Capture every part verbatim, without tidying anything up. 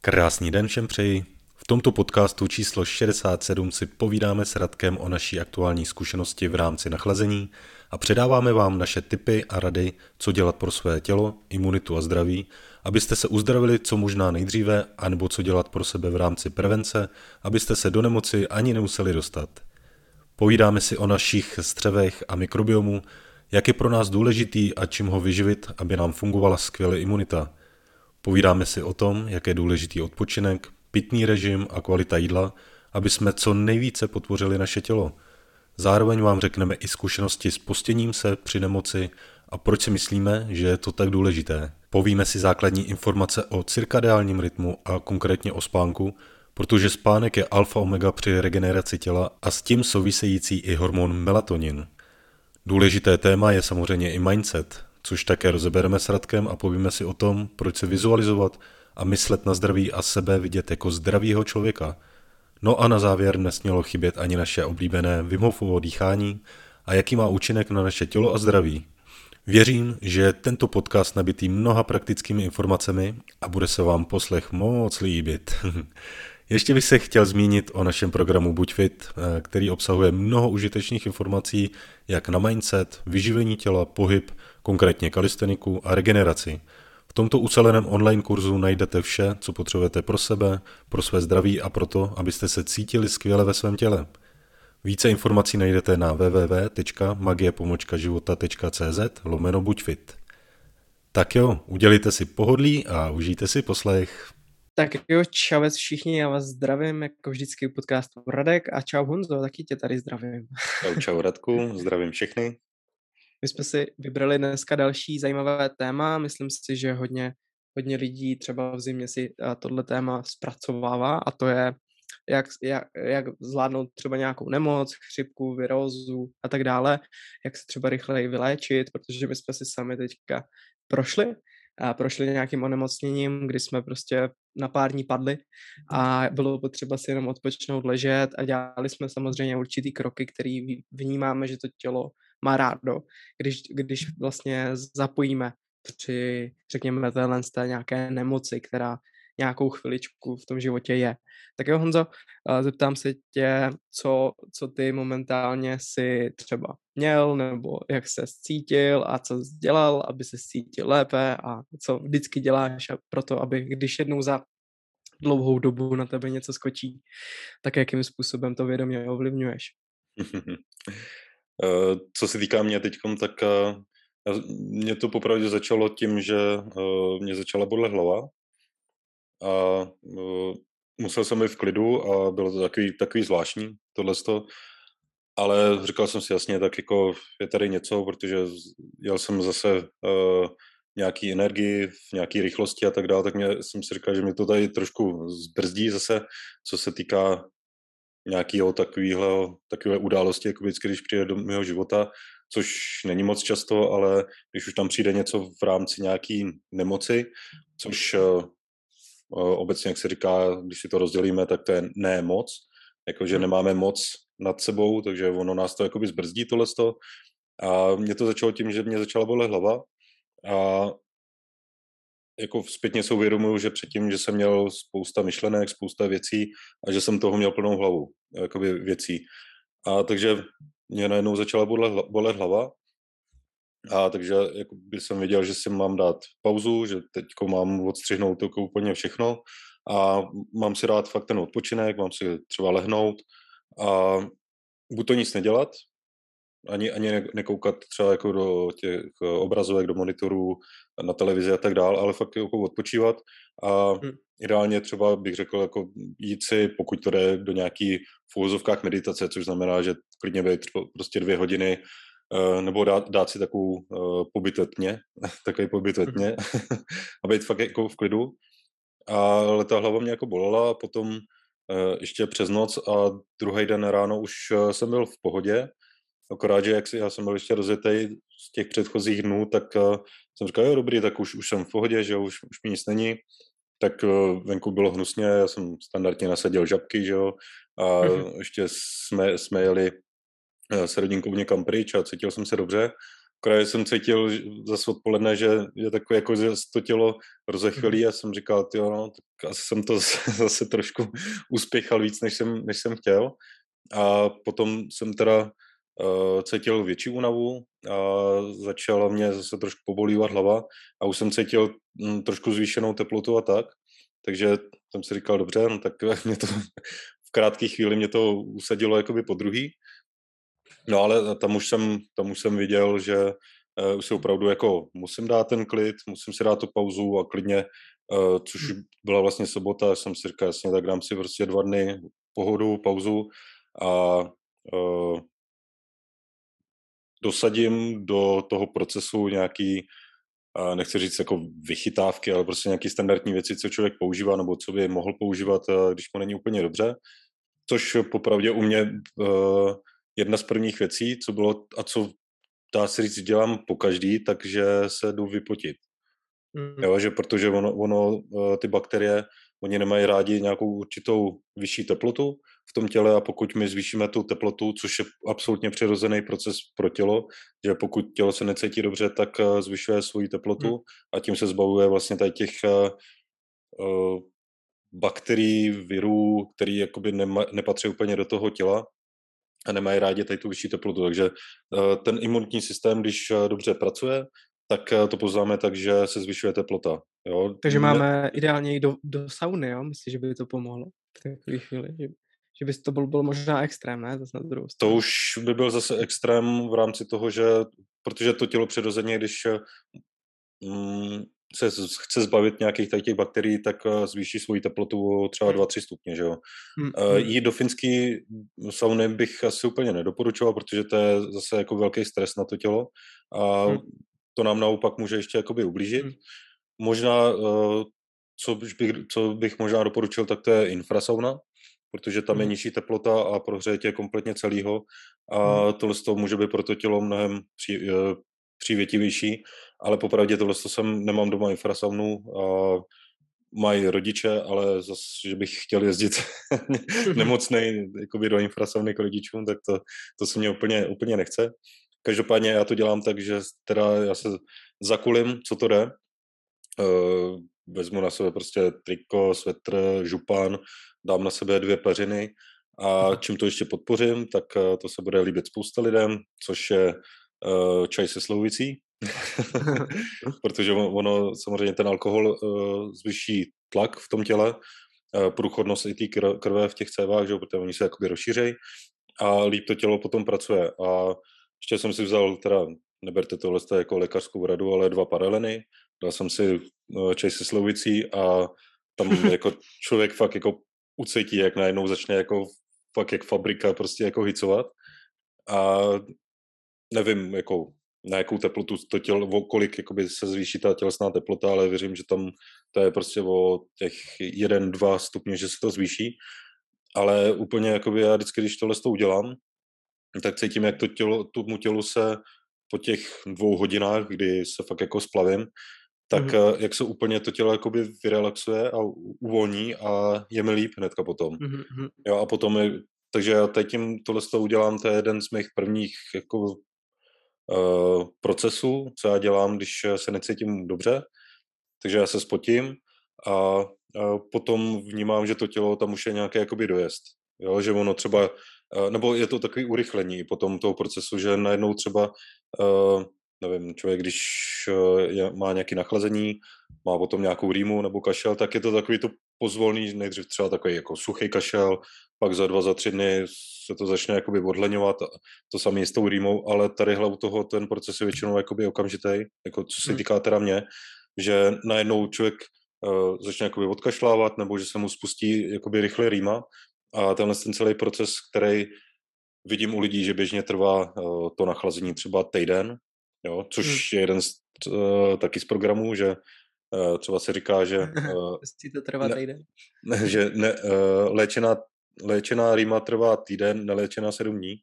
Krásný den všem přeji. V tomto podcastu číslo šedesát sedm si povídáme s Radkem o naší aktuální zkušenosti v rámci nachlazení a předáváme vám naše tipy a rady, co dělat pro své tělo, imunitu a zdraví, abyste se uzdravili co možná nejdříve, anebo co dělat pro sebe v rámci prevence, abyste se do nemoci ani nemuseli dostat. Povídáme si o našich střevech a mikrobiomu, jak je pro nás důležitý a čím ho vyživit, aby nám fungovala skvěle imunita. Povídáme si o tom, jak je důležitý odpočinek, pitný režim a kvalita jídla, aby jsme co nejvíce podpořili naše tělo. Zároveň vám řekneme i zkušenosti s postěním se při nemoci a proč si myslíme, že je to tak důležité. Povíme si základní informace o cirkadiálním rytmu a konkrétně o spánku, protože spánek je alfa omega při regeneraci těla a s tím související i hormon melatonin. Důležité téma je samozřejmě i mindset, což také rozebereme s Radkem a povíme si o tom, proč se vizualizovat a myslet na zdraví a sebe vidět jako zdravýho člověka. No a na závěr nesmělo chybět ani naše oblíbené Wim Hofovo dýchání a jaký má účinek na naše tělo a zdraví. Věřím, že tento podcast nabitý mnoha praktickými informacemi a bude se vám poslech moc líbit. Ještě bych se chtěl zmínit o našem programu Buď fit, který obsahuje mnoho užitečných informací jak na mindset, vyživení těla, pohyb, konkrétně kalisteniku a regeneraci. V tomto uceleném online kurzu najdete vše, co potřebujete pro sebe, pro své zdraví a proto, abyste se cítili skvěle ve svém těle. Více informací najdete na w w w tečka magie pomlčka života tečka c z lomeno buď fit. Tak jo, udělejte si pohodlí a užijte si poslech. Tak jo, čavec všichni, já vás zdravím, jako vždycky u podcastu Radek a čau Honzo, taky tě tady zdravím. Čau, čau Radku, zdravím všechny. My jsme si vybrali dneska další zajímavé téma, myslím si, že hodně, hodně lidí třeba v zimě si tohle téma zpracovává a to je, jak, jak, jak zvládnout třeba nějakou nemoc, chřipku, virózu a tak dále, jak se třeba rychleji vyléčit, protože my jsme si sami teďka prošli a prošli nějakým onemocněním, kdy jsme prostě na pár dní padli a bylo potřeba si jenom odpočnout, ležet a dělali jsme samozřejmě určitý kroky, který vnímáme, že to tělo má rádo, když, když vlastně zapojíme při, řekněme, téhle z té nějaké nemoci, která nějakou chviličku v tom životě je. Tak jo, Honzo, zeptám se tě, co, co ty momentálně si třeba měl, nebo jak se cítil a co jsi dělal, aby se cítil lépe a co vždycky děláš pro to, aby když jednou za dlouhou dobu na tebe něco skočí, tak jakým způsobem to vědomě ovlivňuješ? Co se týká mě teďkom, tak mě to popravdě začalo tím, že mě začala bolet hlava a musel jsem být v klidu a bylo to takový, takový zvláštní tohleto, ale říkal jsem si jasně, tak jako je tady něco, protože jel jsem zase uh, nějaký energii, v nějaký rychlosti a tak dále, tak mě, jsem si říkal, že mě to tady trošku zbrzdí zase, co se týká nějakého takového, takové události, jako vždycky, když přijde do mého života, což není moc často, ale když už tam přijde něco v rámci nějaký nemoci, což uh, obecně, jak se říká, když si to rozdělíme, tak to je ne moc, jakože nemáme moc nad sebou, takže ono nás to jakoby zbrzdí tohleto. A mě to začalo tím, že mě začala bolet hlava a jako zpětně si uvědomuji, že předtím, že jsem měl spousta myšlenek, spousta věcí a že jsem toho měl plnou hlavu, jakoby věcí. A takže mě najednou začala bolet, bolet hlava a takže jakoby jsem věděl, že si mám dát pauzu, že teďko mám odstřihnout to úplně všechno a mám si dát fakt ten odpočinek, mám si třeba lehnout a buď to nic nedělat, ani, ani nekoukat třeba jako do těch obrazovek, do monitorů, na televizi a tak dál, ale fakt jako odpočívat a hmm. ideálně třeba bych řekl jako jít si, pokud to jde, do nějaký v uvozovkách meditace, což znamená, že klidně být prostě dvě hodiny nebo dát, dát si takovou uh, pobyt ve tmě, takový pobyt ve tmě a být fakt jako v klidu. Ale ta hlava mě jako bolela a potom uh, ještě přes noc a druhý den ráno už uh, jsem byl v pohodě, akorát, že jak si, já jsem byl ještě rozjetej z těch předchozích dnů, tak uh, jsem říkal, jo dobrý, tak už, už jsem v pohodě, že už, už mi nic není, tak uh, venku bylo hnusně, já jsem standardně nasadil žabky, že jo, a ještě jsme, jsme jeli s rodinkou někam pryč a cítil jsem se dobře Akorát jsem cítil zase odpoledne, že je takové jako, že to tělo Mhm. rozechvělý a jsem říkal, tyjo, no, tak asi jsem to zase trošku uspěchal víc, než jsem, než jsem chtěl. A potom jsem teda uh, cítil větší únavu a začala mě zase trošku pobolívat hlava a už jsem cítil mm, trošku zvýšenou teplotu a tak. Takže jsem si říkal, dobře, no tak mě to v krátké chvíli mě to usadilo jakoby po druhý. No ale tam už jsem, tam už jsem viděl, že uh, už si opravdu jako musím dát ten klid, musím si dát tu pauzu a klidně, uh, což Hm. byla vlastně sobota, jsem si říkal, jasně, tak dám si prostě dva dny pohodu, pauzu a uh, dosadím do toho procesu nějaký, uh, nechci říct jako vychytávky, ale prostě nějaký standardní věci, co člověk používá nebo co by mohl používat, uh, když mu není úplně dobře. Což popravdě u mě uh, jedna z prvních věcí, co bylo a co dá se říct, dělám po každý, takže se jdu vypotit. Hm. Jo, že protože ono, ono, ty bakterie, oni nemají rádi nějakou určitou vyšší teplotu v tom těle a pokud my zvýšíme tu teplotu, což je absolutně přirozený proces pro tělo, že pokud tělo se necítí dobře, tak zvyšuje svoji Hm. teplotu a tím se zbavuje vlastně tady těch uh, bakterií, virů, který jakoby nema, nepatří úplně do toho těla a nemají rádi tady tu vyšší teplotu. Takže uh, ten imunitní systém, když uh, dobře pracuje, tak uh, to poznáme tak, že se zvyšuje teplota. Jo? Takže Ne, máme ideálně jít do do sauny, jo? Myslíš, že by to pomohlo v takové chvíli? Že že bys to byl byl možná extrém, ne? Zas na druhou to stranu. už by byl zase extrém v rámci toho, že protože to tělo přirozeně, když mm, se z- chce zbavit nějakých tady těch bakterií, tak uh, zvýší svoji teplotu o třeba Hm. dva tři stupně. Že jo? Hm, Uh, hm, jít do finské sauny bych asi úplně nedoporučoval, protože to je zase jako velký stres na to tělo a hm, to nám naopak může ještě jakoby ublížit. hm, Možná, uh, co bych, co bych možná doporučil, tak to je infrasauna, protože tam je mhm, nižší teplota a prohřeje tě kompletně celýho mhm, a tohle z toho může být pro to tělo mnohem pří, uh, přívětivější, ale popravdě tohle jsem nemám doma infrasaunu a mají rodiče, ale zase, že bych chtěl jezdit mhm, nemocnej jakoby do infrasauny k rodičům, tak to, to se mě úplně, úplně nechce. Každopádně já to dělám tak, že teda já se zakulím, co to jde, Uh, vezmu na sebe prostě triko, svetr, župan, dám na sebe dvě peřiny a čím to ještě podpořím, tak uh, to se bude líbit spousta lidem, což je uh, čaj se slouvicí, protože ono, samozřejmě ten alkohol uh, zvyší tlak v tom těle, uh, průchodnost i té krve v těch cévách, že, protože oni se jakoby rozšířejí a líp to tělo potom pracuje. A ještě jsem si vzal, teda neberte tohle jako lékařskou radu, ale dva paraleny. Dal jsem si čaj se slouvicí a tam jako člověk fakt jako ucítí, jak najednou začne jako fakt jak fabrika prostě jako hicovat. A nevím, jako na jakou teplotu to tělo, o kolik jakoby se zvýší ta tělesná teplota, ale věřím, že tam to je prostě o těch jeden, dva stupně, že se to zvýší. Ale úplně jakoby já vždycky, když tohle to udělám, tak cítím, jak to tělo, tomu tělu se po těch dvou hodinách, kdy se fakt jako splavím, tak mhm, eh, jak se úplně to tělo jakoby vyrelaxuje a u- uvolní a je mi líp hnedka potom. mhm, mhm, Jo, a potom je, takže já teď tím tohle to udělám, to je jeden z mých prvních jako uh, procesů, co já dělám, když se necítím dobře, takže já se spotím a, a potom vnímám, že to tělo tam už je nějaké jakoby dojezd. Jo, že ono třeba, eh, nebo je to takový urychlení potom toho procesu, že najednou třeba, uh, nevím, člověk, když uh, je, má nějaké nachlazení, má potom nějakou rýmu nebo kašel, tak je to takový to pozvolný, nejdřív třeba takový jako suchý kašel, pak za dva, za tři dny se to začne jakoby odhleňovat, to samé s tou rýmou, ale tady u toho ten proces je většinou jakoby okamžitý, jako co se mhm, týká teda mě, že najednou člověk uh, začne jakoby odkašlávat, nebo že se mu spustí jakoby rychle rýma a tenhle ten celý proces, který vidím u lidí, že běžně trvá uh, to nachlazení třeba týden, jo, mhm. což je jeden z, uh, taky z programů, že uh, třeba se říká, že, uh, Musí to trvat ne, týden. ne, že ne, uh, léčená, léčená rýma trvá týden, neléčená sedm dní.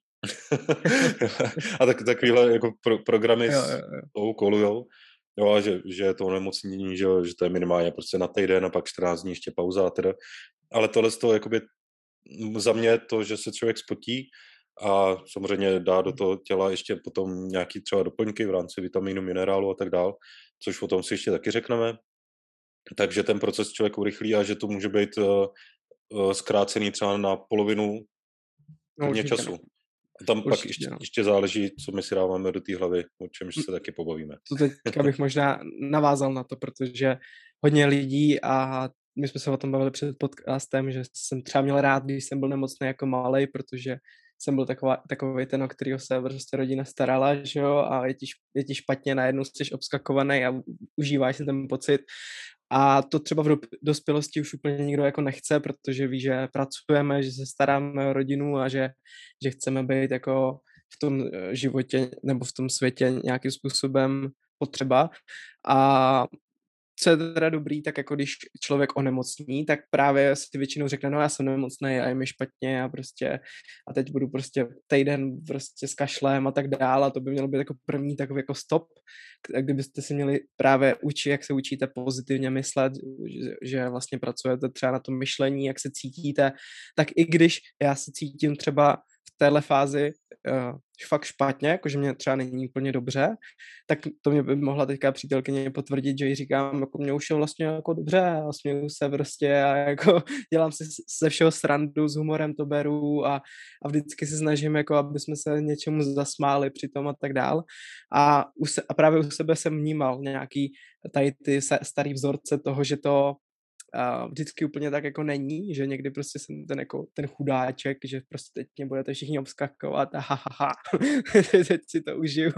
A tak, takovýhle jako pro, programy Jo, s jo, jo. tou kolujou. Jo, a že, že je to onemocnění, že, že to je minimálně prostě na týden a pak čtrnáct dní ještě pauza a teda. Ale tohle z toho, jakoby, za mě to, že se člověk spotí a samozřejmě dá do toho těla ještě potom nějaký třeba doplňky v rámci vitamínu, minerálu a tak dál, což o tom si ještě taky řekneme. Takže ten proces člověk urychlí a že to může být uh, uh, zkrácený třeba na polovinu No klidně určitě no. času. A tam pak Určitě ještě, no. ještě záleží, co my si dáváme do té hlavy, o čemž Hm. se taky pobavíme. To teďka bych možná navázal na to, protože hodně lidí a my jsme se o tom bavili před podcastem, že jsem třeba měl rád, když jsem byl nemocný jako malej, protože jsem byl taková, takový ten, o kterýho se prostě rodina starala, že jo, a je ti, je ti špatně, najednou jsi obskakovaný a užíváš si ten pocit. A to třeba v do, dospělosti už úplně nikdo jako nechce, protože ví, že pracujeme, že se staráme o rodinu a že, že chceme být jako v tom životě nebo v tom světě nějakým způsobem potřeba. A co je teda dobrý, tak jako když člověk onemocní, tak právě si většinou řekne, no já jsem nemocný a je mi špatně a prostě a teď budu prostě týden prostě s kašlem a tak dále a to by mělo být jako první takový jako stop, kdybyste si měli právě učit, jak se učíte pozitivně myslet, že, že vlastně pracujete třeba na tom myšlení, jak se cítíte, tak i když já se cítím třeba v téhle fázi uh, fakt špatně, jakože mě třeba není úplně dobře, tak to mě by mohla teďka přítelkyně potvrdit, že jí říkám, jako mě už je vlastně jako dobře a směju se prostě a jako dělám si ze všeho srandu, s humorem to beru a, a vždycky se snažím, jako aby jsme se něčemu zasmáli při tom a tak dál. A, u se, a právě u sebe jsem vnímal nějaký tady ty starý vzorce toho, že to a vždycky úplně tak jako není, že někdy prostě jsem ten jako ten chudáček, že prostě teď mě budete všichni obskakovat a ha, ha, ha. teď si to užiju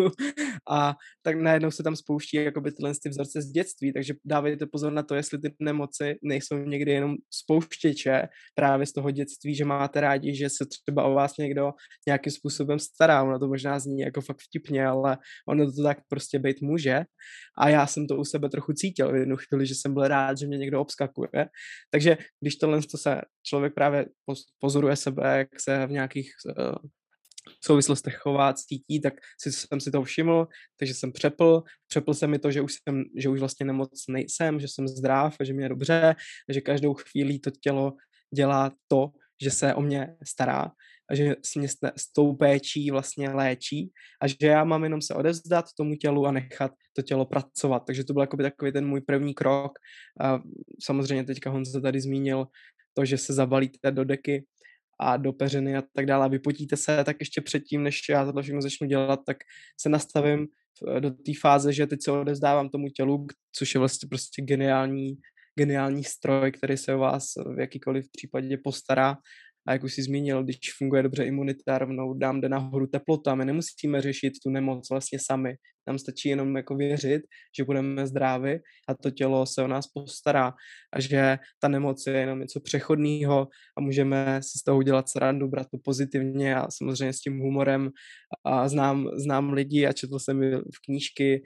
a tak najednou se tam spouští jakoby tyhle ty vzorce z dětství, takže dávejte pozor na to, jestli ty nemoci nejsou někdy jenom spouštěče právě z toho dětství, že máte rádi, že se třeba o vás někdo nějakým způsobem stará, ono to možná zní jako fakt vtipně, ale ono to tak prostě být může a já jsem to u sebe trochu cítil v jednu chvíli, že jsem byl rád, že mě někdo obskakuje. Takže když tohle se člověk právě pozoruje sebe, jak se v nějakých uh, souvislostech chová, cítí, tak si, jsem si to všiml, takže jsem přepl. Přepl se mi to, že už, jsem, že už vlastně nemocný nejsem, že jsem zdrav, že mě je dobře, že každou chvíli to tělo dělá to, že se o mě stará a že s, mě, s tou péčí vlastně léčí a že já mám jenom se odevzdat tomu tělu a nechat to tělo pracovat. Takže to byl jakoby takový ten můj první krok. A samozřejmě teďka Honza tady zmínil to, že se zabalíte do deky a do peřiny a tak dále a vypotíte se, tak ještě předtím, než já tohle všechno začnu dělat, tak se nastavím do té fáze, že teď se odevzdávám tomu tělu, což je vlastně prostě geniální, geniální stroj, který se o vás v jakýkoliv případě postará. A jak už jsi zmínil, když funguje dobře imunita, rovnou dám jde nahoru teplota, my nemusíme řešit tu nemoc vlastně sami. Nám stačí jenom jako věřit, že budeme zdraví a to tělo se o nás postará a že ta nemoc je jenom něco přechodného a můžeme si z toho udělat srandu, brát to pozitivně a samozřejmě s tím humorem. A znám, znám lidi a četl jsem v knížky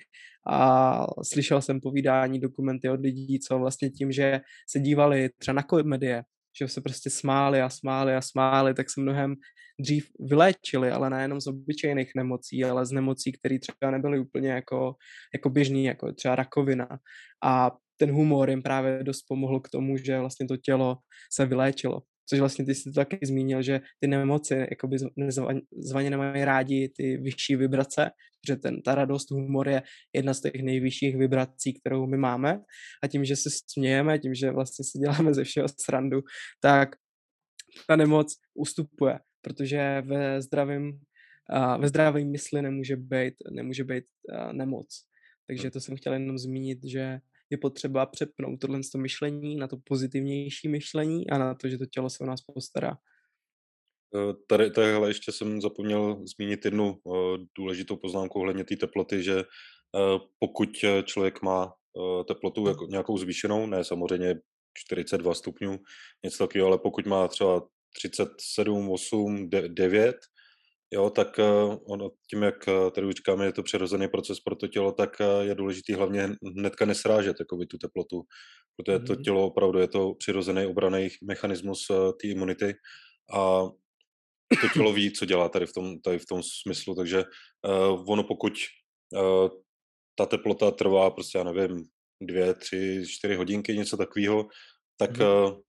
a slyšel jsem povídání, dokumenty od lidí, co vlastně tím, že se dívali třeba na komedie, že se prostě smáli a smáli a smáli, tak se mnohem dřív vyléčili, ale nejenom z obyčejných nemocí, ale z nemocí, které třeba nebyly úplně jako, jako běžný, jako třeba rakovina. A ten humor jim právě dost pomohl k tomu, že vlastně to tělo se vyléčilo. Což vlastně ty jsi to taky zmínil, že ty nemoci jakoby zvaně nemají rádi ty vyšší vibrace, že ten, ta radost, humor je jedna z těch nejvyšších vibrací, kterou my máme a tím, že se smějeme, tím, že vlastně si děláme ze všeho srandu, tak ta nemoc ustupuje, protože ve zdravém uh, ve zdravém mysli nemůže být, nemůže být uh, nemoc. Takže to jsem chtěl jenom zmínit, že je potřeba přepnout tohle myšlení na to pozitivnější myšlení a na to, že to tělo se o nás postará. Tady, tadyhle ještě jsem zapomněl zmínit jednu uh, důležitou poznámku ohledně té teploty, že uh, pokud člověk má uh, teplotu jako nějakou zvýšenou, ne samozřejmě čtyřicet dva stupňů, něco takového, ale pokud má třeba třicet sedm, osm, devět, jo, tak uh, ono tím, jak uh, tady už říkáme, je to přirozený proces pro to tělo, tak uh, je důležitý hlavně hnedka nesrážet jakoby, tu teplotu, protože to tělo opravdu je to přirozený obranný mechanismus uh, té imunity a to tělo ví, co dělá tady v tom, tady v tom smyslu, takže uh, ono pokud uh, ta teplota trvá prostě, já nevím, dvě, tři, čtyři hodinky, něco takového, tak uh,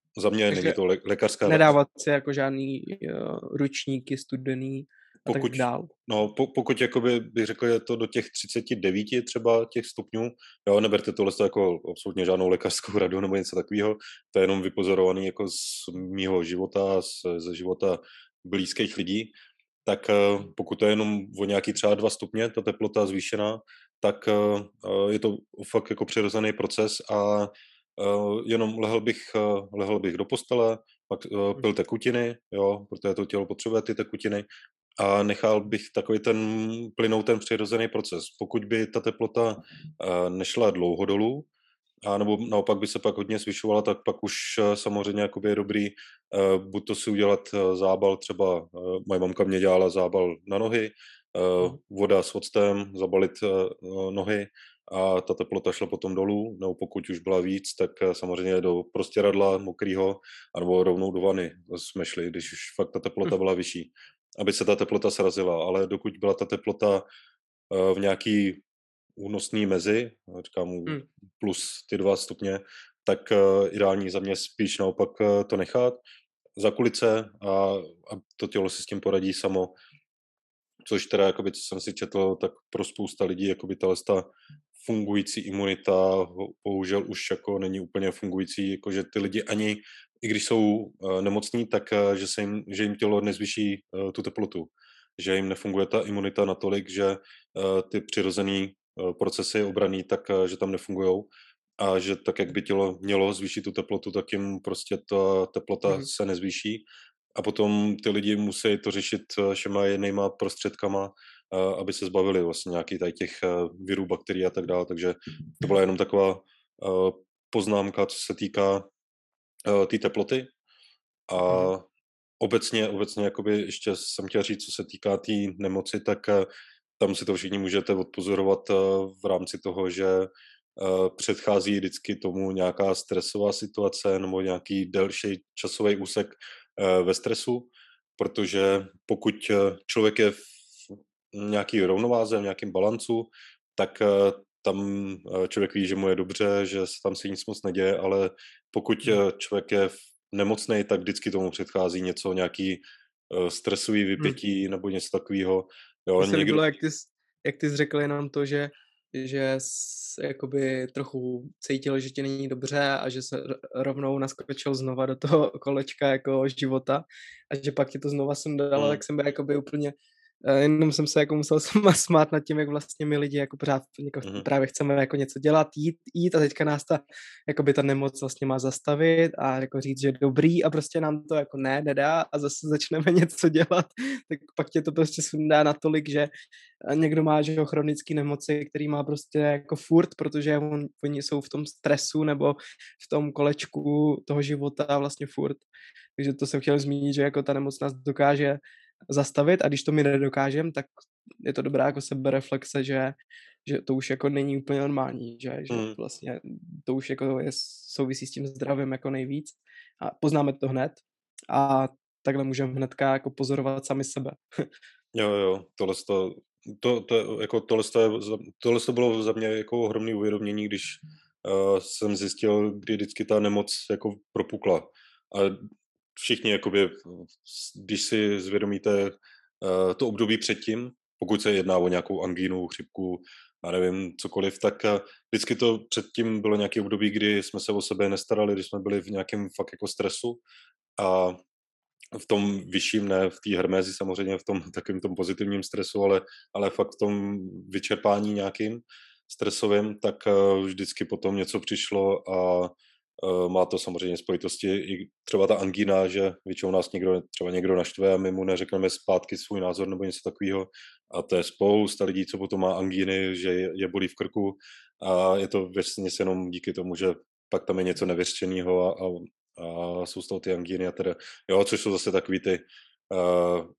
Za mě není Takže to lé lékařská rada. nedávat si jako žádný, uh, ručníky studený a tak Pokud dál. no, po pokud jakoby bych řekl, je to do těch třiceti devíti třeba těch stupňů, jo, neberte tohle jako absolutně žádnou lékařskou radu nebo něco takového, to je jenom vypozorovaný jako z mýho života, z ze života blízkých lidí, tak, uh, pokud to je jenom o nějaký třeba dva stupně, ta teplota zvýšená, tak, uh, uh, je to fakt jako přirozený proces a, uh, jenom lehl bych uh, lehl bych do postele, pak, uh, Hm. pil tekutiny, jo, protože to tělo potřebuje ty tekutiny a nechal bych takový ten plynout ten přirozený proces. Pokud by ta teplota, uh, nešla dlouho dolů, anebo naopak by se pak hodně zvyšovala, tak pak už, uh, samozřejmě jakoby je dobrý, uh, buď to si udělat, uh, zábal třeba, uh, moje mamka mě dělala zábal na nohy, uh, Hm. voda s octem, zabalit, uh, nohy a ta teplota šla potom dolů, nebo pokud už byla víc, tak, uh, samozřejmě do prostěradla mokrýho, anebo rovnou do vany jsme šli, když už fakt ta teplota Hm. byla vyšší, aby se ta teplota srazila, ale dokud byla ta teplota, uh, v nějaký únosný mezi, říkám Hm. plus ty dva stupně, tak, uh, ideální za mě spíš naopak, uh, to nechat, zakulit se a a to tělo si s tím poradí samo. Což teda jakoby, co jsem si četl, tak pro spousta lidí jakoby tahleta fungující imunita ho bohužel už jako není úplně fungující, jako že ty lidi ani, i když jsou, uh, nemocní, tak, uh, že se jim že jim tělo nezvýší, uh, tu teplotu. Že jim nefunguje ta imunita natolik, že, uh, ty přirozený, uh, procesy obranný, tak, uh, že tam nefungujou a že tak, jak by tělo mělo zvýšit tu teplotu, tak jim prostě ta teplota Mhm. se nezvýší a potom ty lidi musí to řešit, uh, všema jinýma prostředkama, uh, aby se zbavili vlastně nějaký tady těch, uh, virů, bakterií a tak dále, takže to byla jenom taková, uh, poznámka, co se týká, uh, té teploty. A Mhm. obecně obecně jakoby ještě jsem chtěl říct, co se týká té tý nemoci, tak, uh, tam si to všichni můžete odpozorovat, uh, v rámci toho, že, uh, předchází vždycky tomu nějaká stresová situace nebo nějaký delší časový úsek, uh, ve stresu, protože pokud, uh, člověk je v nějaký rovnováze, v nějakém balancu, tak, uh, tam, uh, člověk ví, že mu je dobře, že s tam se nic moc neděje, ale pokud, Hm. uh, člověk je v nemocnej, tak vždycky tomu předchází něco, nějaký, uh, stresový Hm. vypětí nebo něco takového, jo, Mně se někdo líbilo, jak ty jsi jak ty jsi řekl jenom to, že že jsi jakoby trochu cítil, že ti není dobře a že se r rovnou naskočil znova do toho kolečka jako života a že pak ti to znova sundalo, Hm. tak jsem byl jakoby úplně uh, jenom jsem se jako musel sama smát nad tím, jak vlastně my lidi jako pořád jako Mhm. právě chceme jako něco dělat, jít jít a teďka nás ta jakoby ta nemoc vlastně má zastavit a jako říct, že je dobrý a prostě nám to jako ne, nedá a zase začneme něco dělat, tak pak tě to prostě sundá natolik, že, uh, někdo má, že jo, chronický nemoci, který má prostě jako furt, protože on oni jsou v tom stresu nebo v tom kolečku toho života vlastně furt. Takže to jsem chtěl zmínit, že jako ta nemoc nás dokáže zastavit a když to my nedokážeme, tak je to dobrá jako sebereflexe, že že to už jako není úplně normální, že že Hm. vlastně to už jako je souvisí s tím zdravím jako nejvíc a poznáme to hned a takhle můžeme hnedka jako pozorovat sami sebe. Jo, jo, tohleto to to je jako tohleto je za tohleto bylo za mě jako ohromný uvědomění, když, uh, jsem zjistil, kdy vždycky ta nemoc jako propukla. A všichni jakoby, s když si zvědomíte, uh, to období předtím, pokud se jedná o nějakou angínu, chřipku, já nevím, cokoliv, tak, uh, vždycky to předtím bylo nějaké období, kdy jsme se o sebe nestarali, kdy jsme byli v nějakém fakt jako stresu a v tom vyšším, ne v té hermézi samozřejmě, v tom takovém tom pozitivním stresu, ale ale fakt v tom vyčerpání nějakým stresovým, tak, uh, vždycky potom něco přišlo a, uh, má to samozřejmě spojitosti i třeba ta angína, že většinou nás někdo třeba někdo naštve a my mu neřekneme zpátky svůj názor nebo něco takového. A to je spousta lidí, co potom má angíny, že je je bolí v krku a je to vesměs jenom díky tomu, že pak tam je něco nevyřčenýho a a a jsou z toho ty angíny a teda jo, což jsou zase takový ty, uh,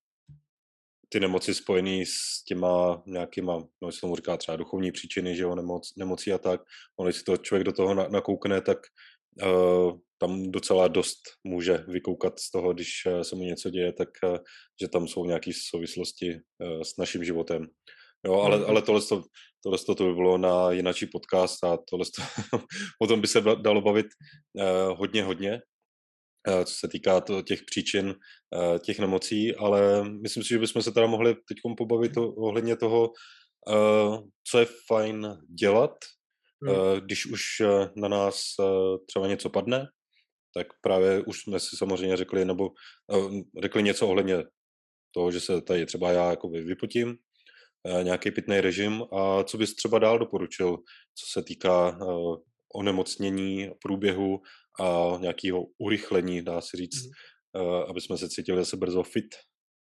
ty nemoci spojený s těma nějakýma, no se tomu říká třeba duchovní příčiny, že jo, nemoc nemocí a tak. Ono když si to člověk do toho na nakoukne, tak, uh, tam docela dost může vykoukat z toho, když, uh, se mu něco děje, tak, uh, že tam jsou nějaký souvislosti, uh, s naším životem. Jo, ale Mhm. ale tohleto tohleto to by bylo na jinačí podcast a tohleto o tom by se da dalo bavit, uh, hodně, hodně. uh, co se týká to, těch příčin uh, těch nemocí, ale myslím si, že bychom se teda mohli teď pobavit to, ohledně toho, uh, co je fajn dělat, Hmm. uh, když už uh, na nás uh, třeba něco padne, tak právě už jsme si samozřejmě řekli, nebo uh, řekli něco ohledně toho, že se tady třeba já jakoby vypotím, nějaký pitný režim a co bys třeba dál doporučil, co se týká uh, onemocnění, průběhu a nějakého urychlení, dá se říct, Mhm. uh, aby jsme se cítili zase brzo fit.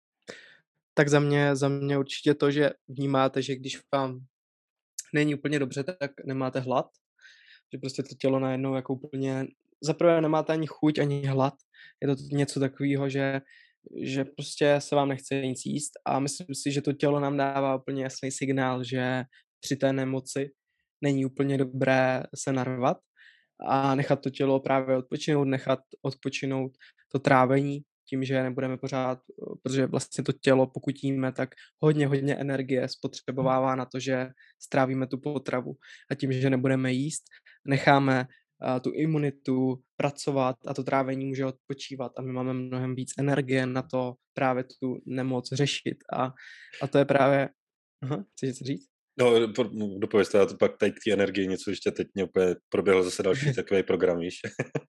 Tak za mě, za mě určitě to, že vnímáte, že když vám není úplně dobře, tak nemáte hlad, že prostě to tělo najednou jako úplně, zaprvé nemáte ani chuť, ani hlad, je to něco takového, že, že prostě se vám nechce nic jíst a myslím si, že to tělo nám dává úplně jasný signál, že při té nemoci není úplně dobré se narvat a nechat to tělo právě odpočinout, nechat odpočinout to trávení, tím, že nebudeme pořád, protože vlastně to tělo, pokud jíme, tak hodně, hodně energie spotřebovává na to, že strávíme tu potravu. A tím, že nebudeme jíst, necháme uh, tu imunitu pracovat a to trávení může odpočívat a my máme mnohem víc energie na to právě tu nemoc řešit. A, a to je právě... Aha, chceš něco říct? No, dopověz to, já to pak tady k té energii něco ještě teď mě úplně proběhl zase další takový program, víš.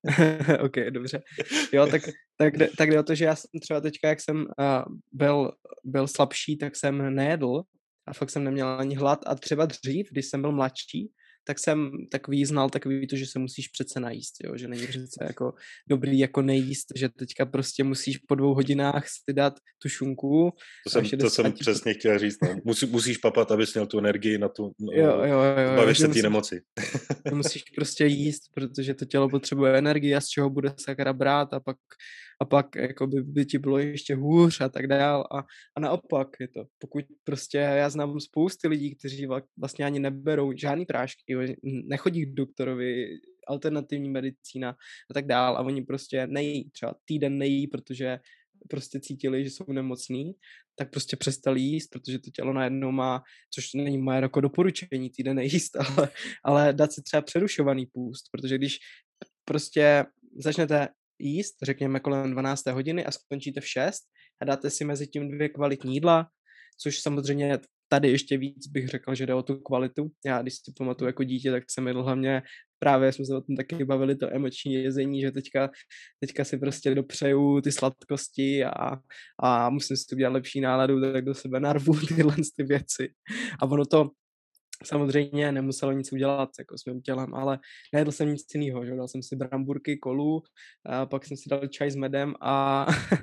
OK, dobře. Jo, tak, tak, jde- tak jde o to, že já jsem třeba teďka, jak jsem uh, byl, byl slabší, tak jsem nejedl a fakt jsem neměl ani hlad a třeba dřív, když jsem byl mladší, tak jsem takový znal takový to, že se musíš přece najíst, jo, že není přece jako dobrý jako nejíst, že teďka prostě musíš po dvou hodinách si dát tu šunku To a jsem, to jsem šedesát přesně chtěl říct. No. Musí, musíš papat, abys měl tu energii na tu, Jo, no, jo, jo, jo, zbavíš že se té musíš, nemoci. musíš prostě jíst, protože to tělo potřebuje energii a z čeho bude sakra brát a pak, a pak jako by, by ti bylo ještě hůř a tak dál a, a naopak je to. Pokud prostě já znám spousty lidí, kteří vla- vlastně ani neberou žádný prášky, jo, nechodí k doktorovi, alternativní medicína a tak dál a oni prostě nejí, třeba týden nejí, protože prostě cítili, že jsou nemocní, tak prostě přestali jíst, protože to tělo najednou má, což není moje jako doporučení týden nejíst, ale, ale dát si třeba přerušovaný půst, protože když prostě začnete jíst, řekněme kolem dvanácté hodiny a skončíte v šest a dáte si mezi tím dvě kvalitní jídla, což samozřejmě tady ještě víc bych řekl, že jde o tu kvalitu. Já když si pamatuju jako dítě, tak jsem jedl hlavně, právě jsme se o tom taky bavili, to emoční jezení, že teďka, teďka si prostě dopřeju ty sladkosti a, a musím si udělat lepší náladu, tak do sebe narvu tyhle ty věci. A ono to samozřejmě nemuselo nic udělat jako s mým tělem, ale nejedl jsem nic jiného, že? Dal jsem si bramburky, kolu, a pak jsem si dal čaj s medem a,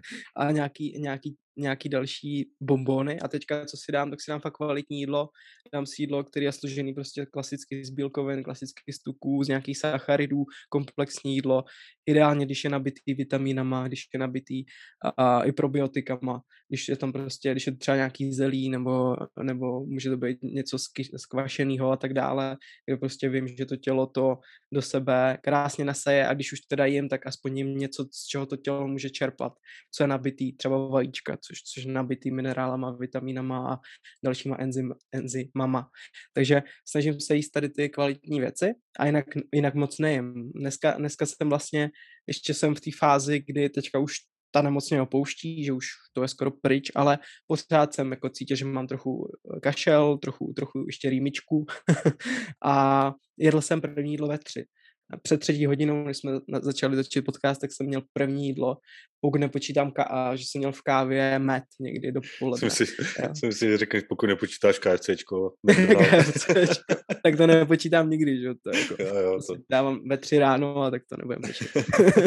a nějaký, nějaký, nějaký další bonbony a teďka, co si dám, tak si dám fakt kvalitní jídlo, dám si jídlo, který je složený prostě klasicky z bílkovin, klasicky z tuků, z nějakých sacharidů, komplexní jídlo, ideálně, když je nabitý vitamínama, když je nabitý a, a i probiotikama, když je tam prostě, když je třeba nějaký zelí, nebo, nebo může to být něco skvašenýho a tak dále, kde prostě vím, že to tělo to do sebe krásně naseje a když už teda jim, tak aspoň jim něco, z čeho to tělo může čerpat, co je nabitý, třeba vajíčka, což, což je nabitý minerálama, vitamínama a dalšíma enzym, enzymama. Takže snažím se jíst tady ty kvalitní věci a jinak, jinak moc nejím. Dneska, dneska jsem vlastně, ještě jsem v té fázi, kdy teďka už ta nemoc mě opouští, že už to je skoro pryč, ale pořád jsem jako cítil, že mám trochu kašel, trochu, trochu ještě rýmičku a jedl jsem první jídlo ve tři. Před třetí hodinou, když jsme začali točit podcast, tak jsem měl první jídlo, pokud nepočítám, ka- že jsem měl v kávě med někdy dopoledne. Jsem si, jsem si že řekneš, pokud nepočítáš KFCčko. KFCčko, tak to nepočítám nikdy, že to jako, jo, jo, to... dávám ve tři ráno a tak to nebudem počítat.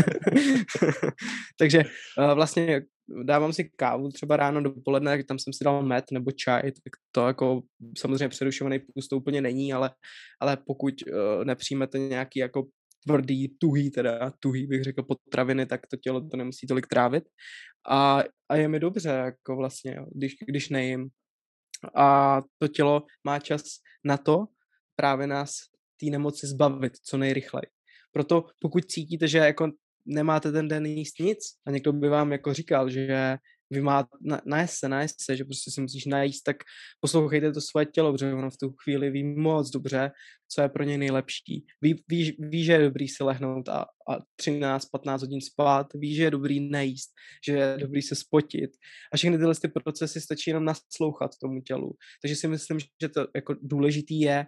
Takže uh, vlastně dávám si kávu třeba ráno dopoledne, tam jsem si dal med nebo čaj, tak to jako samozřejmě přerušovaný půst to úplně není, ale, ale pokud uh, nepřijmete nějaký jako tvrdý, tuhý teda, tuhý bych řekl potraviny, tak to tělo to nemusí tolik trávit. A, a je mi dobře, jako vlastně, jo, když, když nejím. A to tělo má čas na to právě nás té nemoci zbavit co nejrychleji. Proto pokud cítíte, že jako nemáte ten den jíst nic a někdo by vám jako říkal, že vymát, na, najes se, najes se, že prostě si musíš najíst, tak poslouchejte to svoje tělo, protože ono v tu chvíli ví moc dobře, co je pro něj nejlepší. Ví, ví, ví že je dobrý si lehnout a, a třináct patnáct hodin spát, ví, že je dobrý nejíst, že je dobrý se spotit a všechny tyhle ty procesy stačí jenom naslouchat tomu tělu. Takže si myslím, že to jako důležitý je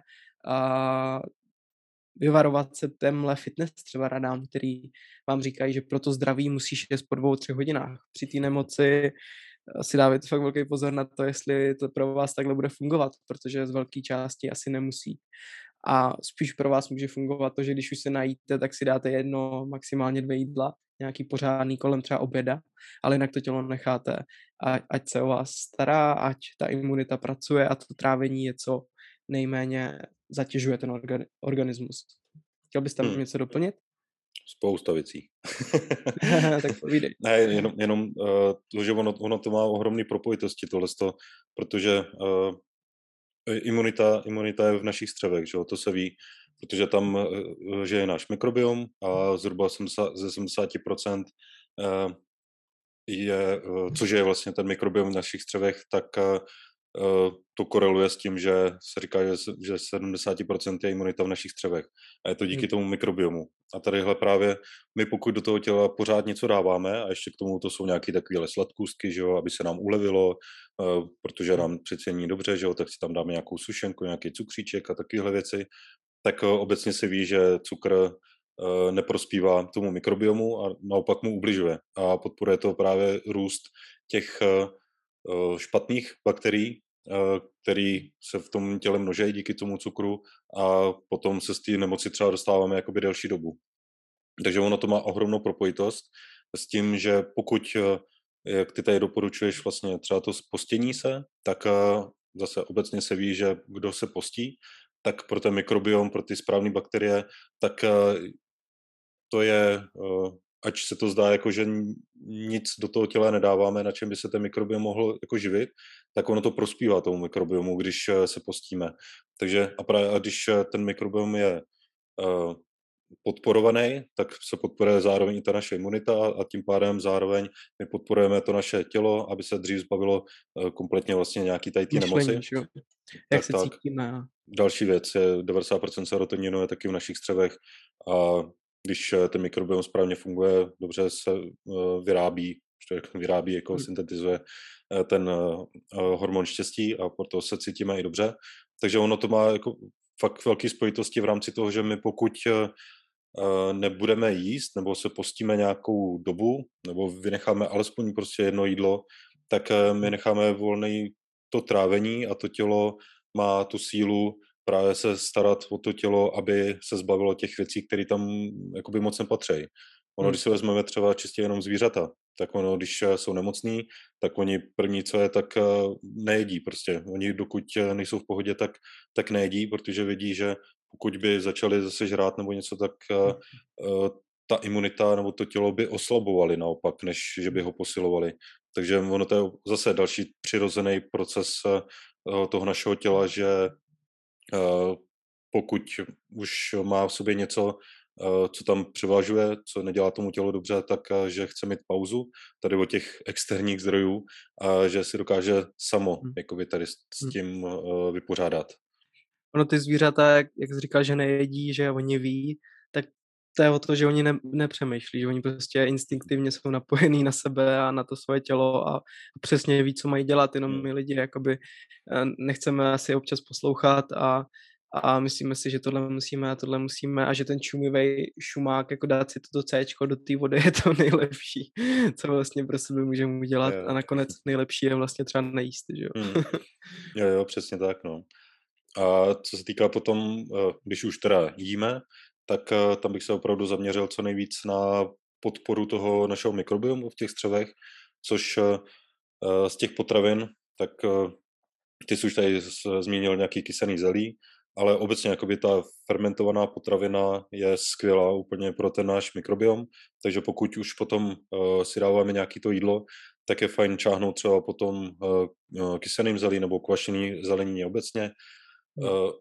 a vyvarovat se témhle fitness třeba radám, který vám říkají, že pro to zdraví musíš jíst po dvou, třech hodinách. Při té nemoci si dávajte fakt velký pozor na to, jestli to pro vás takhle bude fungovat, protože z velké části asi nemusí. A spíš pro vás může fungovat to, že když už se najíte, tak si dáte jedno, maximálně dvě jídla, nějaký pořádný kolem třeba oběda, ale jinak to tělo necháte, a, ať se o vás stará, ať ta imunita pracuje a to trávení je co nejméně zatěžuje ten orga, organismus. Chtěl bys tam Hmm. něco doplnit? Spousta věcí. Tak povídej. Ne, jenom, jenom uh, to, že ono, ono to má ohromné propojitosti, tohleto, protože uh, imunita, imunita je v našich střevech, že jo? To se ví, protože tam uh, že je náš mikrobiom a zhruba ze sedmdesát procent uh, je, uh, což je vlastně ten mikrobiom v našich střevech, tak uh, to koreluje s tím, že se říká, že, že sedmdesát procent je imunita v našich střevech. A je to díky tomu mikrobiomu. A tadyhle právě my, pokud do toho těla pořád něco dáváme, a ještě k tomu to jsou nějaké takovéhle sladkůstky, že jo, aby se nám ulevilo, protože nám přece není dobře, že jo, tak si tam dáme nějakou sušenku, nějaký cukříček a takovéhle věci, tak obecně se ví, že cukr neprospívá tomu mikrobiomu a naopak mu ubližuje. A podporuje to právě růst těch špatných bakterií, který se v tom těle množí díky tomu cukru a potom se z té nemoci třeba dostáváme jakoby delší dobu. Takže ono to má ohromnou propojitost s tím, že pokud, jak ty tady doporučuješ vlastně třeba to postění se, tak zase obecně se ví, že kdo se postí, tak pro ten mikrobiom, pro ty správné bakterie, tak to je, ať se to zdá jako, že nic do toho těla nedáváme, na čem by se ten mikrobiom mohl jako živit, tak ono to prospívá tomu mikrobiomu, když se postíme. Takže a právě když ten mikrobiom je podporovaný, tak se podporuje zároveň i ta naše imunita a tím pádem zároveň my podporujeme to naše tělo, aby se dřív zbavilo kompletně vlastně nějaký tady ty nemoci. Jo. Jak tak, se tak. cítíme. Další věc je devadesát procent serotoninu je taky v našich střevech a když ten mikrobiom správně funguje, dobře se vyrábí, vyrábí, jako syntetizuje ten hormon štěstí a proto se cítíme i dobře. Takže ono to má jako fakt velké spojitosti v rámci toho, že my pokud nebudeme jíst nebo se postíme nějakou dobu nebo vynecháme alespoň prostě jedno jídlo, tak my necháme volný to trávení a to tělo má tu sílu právě se starat o to tělo, aby se zbavilo těch věcí, které tam jakoby moc nepatří. Ono, hmm. když se vezmeme třeba čistě jenom zvířata, tak ono, když jsou nemocní, tak oni první, co je, tak nejedí prostě. Oni dokud nejsou v pohodě, tak, tak nejedí, protože vidí, že pokud by začali zase žrát nebo něco, tak uh, ta imunita nebo to tělo by oslabovali naopak, než že by ho posilovali. Takže ono to je zase další přirozený proces uh, toho našeho těla, že uh, pokud už má v sobě něco, uh, co tam převažuje, co nedělá tomu tělu dobře, tak uh, že chce mít pauzu tady od těch externích zdrojů a že si dokáže samo hmm. jakoby tady s, s tím uh, vypořádat. Ono ty zvířata, jak, jak jsi říkal, že nejedí, že oni ví, tak to je o to, že oni ne, nepřemýšlí, že oni prostě instinktivně jsou napojení na sebe a na to svoje tělo a přesně ví, co mají dělat, jenom my lidi jakoby nechceme asi občas poslouchat a, a myslíme si, že tohle musíme a tohle musíme a že ten šumivý šumák, jako dát si toto céčko do té vody je to nejlepší, co vlastně pro sebe můžeme udělat a nakonec nejlepší je vlastně třeba nejíst, že jo. Hmm. Jo, jo, přesně tak, no. A co se týká potom, když už teda jíme, tak tam bych se opravdu zaměřil co nejvíc na podporu toho našeho mikrobiomu v těch střevech, což z těch potravin, tak ty jsi už tady zmínil nějaký kyselý zelí, ale obecně jakoby ta fermentovaná potravina je skvělá úplně pro ten náš mikrobiom, takže pokud už potom si dáváme nějaký to jídlo, tak je fajn čáhnout třeba potom kyselým zelí nebo kvašený zelenině obecně. Uh,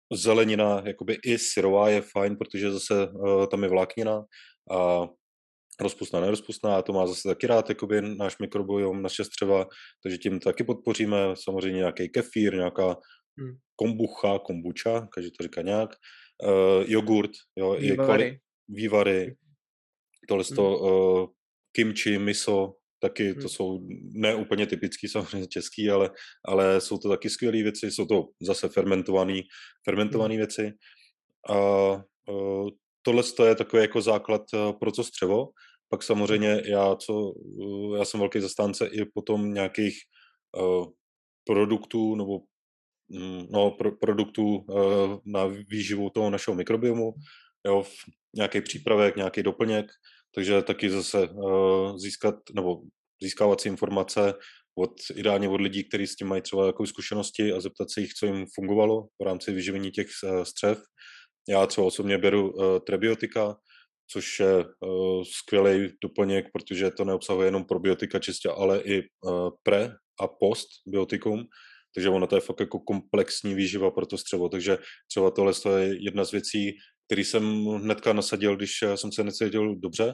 zelenina, jakoby i syrová je fajn, protože zase uh, tam je vláknina a rozpustná, nerozpustná, já to má zase taky rád, jakoby náš mikrobiom, naše střeva, takže tím taky podpoříme, samozřejmě nějaký kefír, nějaká Hm. kombucha, kombucha, každý to říká nějak, uh, jogurt, jo, i kvali, Vývary. vývary, tohle Hm. to, uh, kimchi, miso, taky to Hm. jsou ne úplně typický, samozřejmě český, ale, ale jsou to taky skvělé věci, jsou to zase fermentované Hm. fermentované věci. A uh, tohle je takový jako základ uh, pro to střevo. Pak Hm. samozřejmě já, co, uh, já jsem velký zastánce i potom nějakých uh, produktů nebo mm, no, pro, produktů uh, na výživu toho našeho mikrobiomu, jo, v, nějaký přípravek, nějaký doplněk, takže taky zase uh, získat nebo získávat si informace od, ideálně od lidí, kteří s tím mají třeba takové zkušenosti a zeptat se jich, co jim fungovalo v rámci vyživení těch uh, střev. Já třeba osobně beru uh, prebiotika, což je uh, skvělý doplněk, protože to neobsahuje jenom probiotika čistě, ale i uh, pre a post biotikum, takže ono to je fakt jako komplexní výživa pro to střevo, takže třeba tohle je jedna z věcí, který jsem hnedka nasadil, když jsem se necítil dobře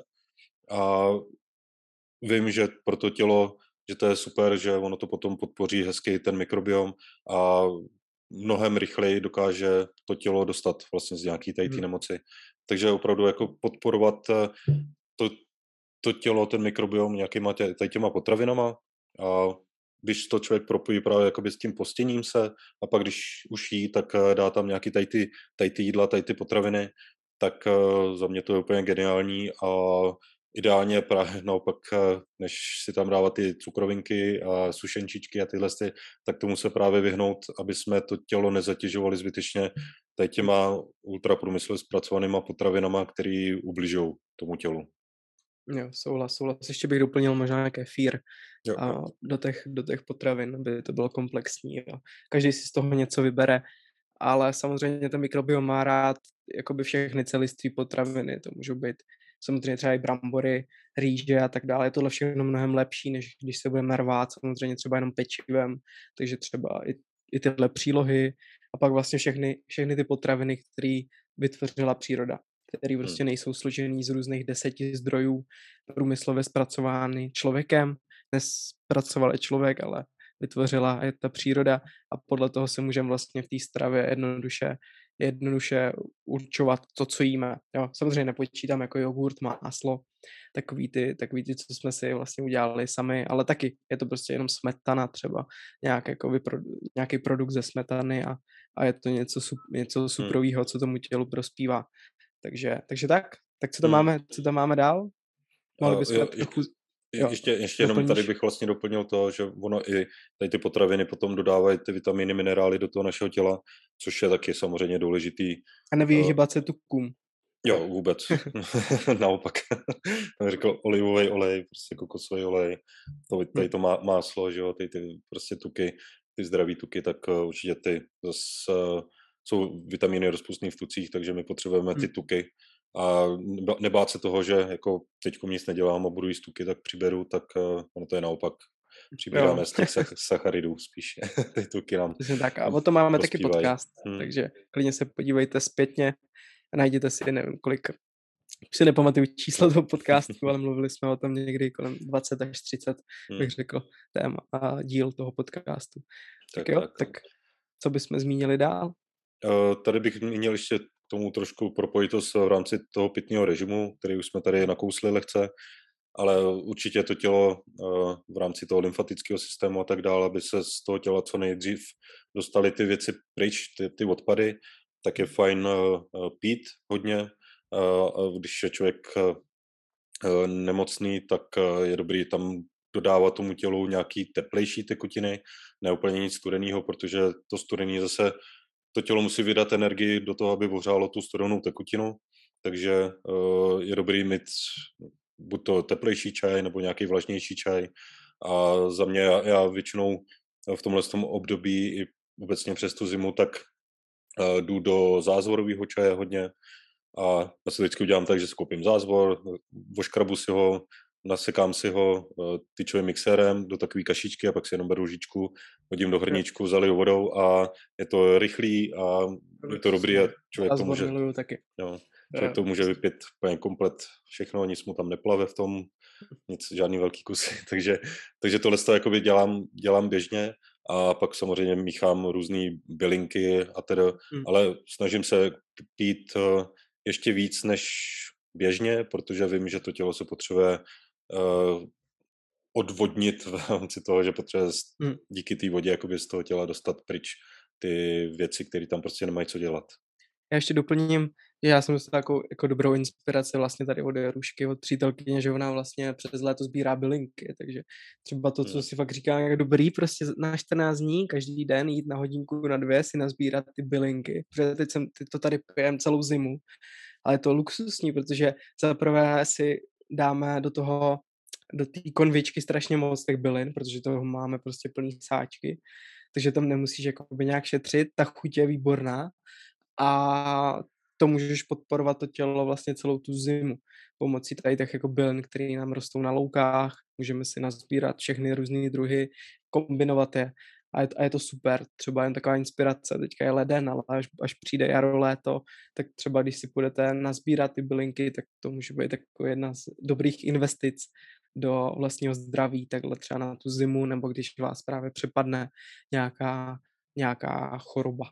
a vím, že pro to tělo, že to je super, že ono to potom podpoří hezky ten mikrobiom a mnohem rychleji dokáže to tělo dostat vlastně z nějaký tady té Hm. nemoci. Takže opravdu jako podporovat to, to tělo, ten mikrobiom nějakýma tě, tady těma potravinama a když to člověk propojí právě jakoby s tím postěním se a pak když už jí, tak dá tam nějaký tady ty, tady ty jídla, tady ty potraviny, tak uh, za mě to je úplně geniální a ideálně právě naopak, než si tam dávat ty cukrovinky a sušenčičky a tyhle, ty, tak tomu se právě vyhnout, aby jsme to tělo nezatěžovali zbytečně tady těma ultraprůmyslově zpracovanýma potravinama, které ubližují tomu tělu. Jo, souhlas, souhlas. Ještě bych doplnil možná kefír Jo, a jo. do těch, do těch potravin, aby to bylo komplexní. Jo. Každý si z toho něco vybere, ale samozřejmě ten mikrobiom má rád jakoby všechny celiství potraviny. To můžou být samozřejmě třeba i brambory, rýže a tak dále. Je tohle všechno mnohem lepší, než když se budeme rvát samozřejmě třeba jenom pečivem. Takže třeba i, i tyhle přílohy a pak vlastně všechny, všechny ty potraviny, které vytvořila příroda, které Hmm. prostě nejsou složený z různých deseti zdrojů, průmyslově zpracovány člověkem. Nespracoval je člověk, ale vytvořila je ta příroda a podle toho se můžeme vlastně v té stravě jednoduše, jednoduše určovat to, co jíme. Jo, samozřejmě nepočítám jako jogurt, máslo, takový ty, takový ty, co jsme si vlastně udělali sami, ale taky je to prostě jenom smetana třeba, nějak jako vypro, nějaký produkt ze smetany a, a je to něco, něco suprovýho, co tomu tělu prospívá. Takže, takže tak, tak co tam Hmm. máme, co tam máme dál? Mohli Uh, bychom jo, trochu... je, Jo, ještě, ještě jenom tady bych vlastně doplnil to, že ono i tady ty potraviny potom dodávají ty vitamíny, minerály do toho našeho těla, což je taky samozřejmě důležitý. A nevyhýbat se tukům. Jo, vůbec. Naopak. Tam řekl olivový olej, prostě kokosový olej, to, tady to má, máslo, že jo, ty, ty prostě tuky, ty zdraví tuky, tak uh, určitě ty zase uh, jsou vitamíny rozpustné v tucích, takže my potřebujeme ty tuky a nebát se toho, že jako teďko nic nedělám a budu jíst tuky, tak přiberu, tak uh, ono to je naopak. Přibíráme z těch sach- sacharidů spíš. Ty tuky nám Přesně tak. A o tom máme taky prospívají. podcast, Hmm. takže klidně se podívejte zpětně a najděte si, nevím, kolik, už si nepamatuju číslo toho podcastu, ale mluvili jsme o tom někdy kolem dvacet až třicet, Hmm. bych řekl, téma a díl toho podcastu. Tak, Tak, jo, tak, tak co bychom zmínili dál? Uh, tady bych měl ještě tomu trošku propojitost v rámci toho pitného režimu, který už jsme tady nakousli lehce, ale určitě to tělo uh, v rámci toho lymfatického systému a tak dále, aby se z toho těla co nejdřív dostaly ty věci pryč, ty, ty odpady, tak je fajn uh, pít hodně. Uh, když je člověk uh, nemocný, tak uh, je dobrý tam dodávat tomu tělu nějaký teplejší tekutiny, ne úplně nic studeného, protože to studený zase to tělo musí vydat energii do toho, aby ohřálo tu studenou tekutinu, takže uh, je dobrý mít buď to teplejší čaj nebo nějaký vlažnější čaj. A za mě, já, já většinou v tomhle tom období i obecně přes tu zimu, tak uh, jdu do zázvorového čaje hodně a já si vždycky udělám tak, že si koupím zázvor, voškrabu si ho, nasekám si ho uh, tyčovým mixérem do takové kašičky a pak si jenom beru lžičku, hodím do hrníčku, zaliju vodou a je to rychlý a je to dobrý a člověk to může... Zázvor miluju taky. Jo, Člověk to může vypít úplně komplet všechno, nic mu tam neplave v tom, nic, žádný velký kusy, takže, takže tohle to jakoby dělám, dělám běžně a pak samozřejmě míchám různé bylinky a teda, Hmm. ale snažím se pít uh, ještě víc než běžně, protože vím, že to tělo se potřebuje uh, odvodnit v rámci toho, že potřebuje Hmm. díky té vodě jakoby z toho těla dostat pryč ty věci, které tam prostě nemají co dělat. Já ještě doplním, že já jsem dostal takovou jako dobrou inspiraci vlastně tady od Jarušky, od přítelkyně, že ona vlastně přes léto sbírá bylinky, takže třeba to, co Hmm. si fakt říká, jak dobrý, prostě na čtrnáct dní, každý den jít na hodinku, na dvě, si nazbírat ty bylinky, protože teď jsem teď to tady pijem celou zimu, ale je to luxusní, protože za prvé si dáme do toho, do té konvičky strašně moc těch bylin, protože toho máme prostě plný sáčky, takže tam nemusíš jakoby nějak šetřit, ta chuť je výborná a to můžeš podporovat to tělo vlastně celou tu zimu pomocí tady těch jako bylin, které nám rostou na loukách, můžeme si nazbírat všechny různé druhy, kombinovat je a je, a je to super. Třeba jen taková inspirace, teďka je leden, ale až, až přijde jaro, léto, tak třeba když si budete nazbírat ty bylinky, tak to může být jako jedna z dobrých investic do vlastního zdraví, takhle třeba na tu zimu, nebo když vás právě přepadne nějaká, nějaká choroba.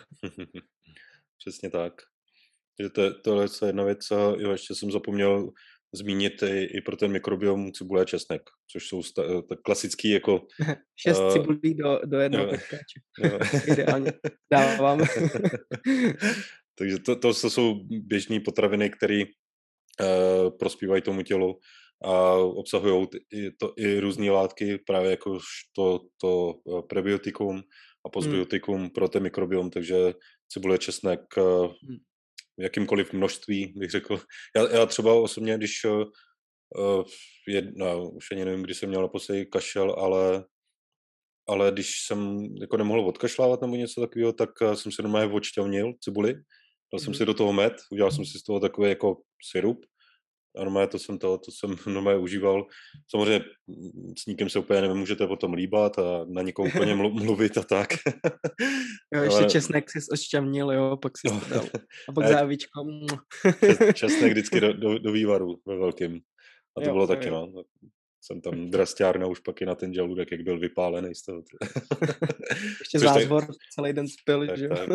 Přesně tak. Takže to, tohle je jedna věc, a jo, ještě jsem zapomněl zmínit i, i pro ten mikrobiom cibule a česnek, což jsou sta, tak klasický jako... Šest uh, cibulí do, do jednoho petkáče. Ideálně. Dáváme. Takže to, to jsou běžné potraviny, které uh, prospívají tomu tělu a obsahují i, to, i různé látky, právě jako to, to prebiotikum a postbiotikum hmm. pro ten mikrobiom, takže cibule, česnek uh, hmm. v jakýmkoliv množství, bych řekl. Já, já třeba osobně, když uh, jedna, už ani nevím, když jsem měl naposledy kašel, ale, ale když jsem jako nemohl odkašlávat nebo něco takového, tak uh, jsem se normálně odšťavnil cibuli, dal jsem hmm. si do toho med, udělal jsem si z toho takový jako sirup a normálně to jsem to, to jsem normálně užíval. Samozřejmě s nikým se úplně nemůžete potom líbat a na někoho úplně mluvit a tak. Jo, ještě ale... česnek si odšťavnil, jo, pak si to dal. A pak závičko. Česnek vždycky do, do, do vývaru ve velkým. A to jo, bylo taky, jo. no. Jsem tam drasťárna už pak i na ten žaludek, jak byl vypálený z toho. Ještě zázvor tak... celý den spil, tak, že jo.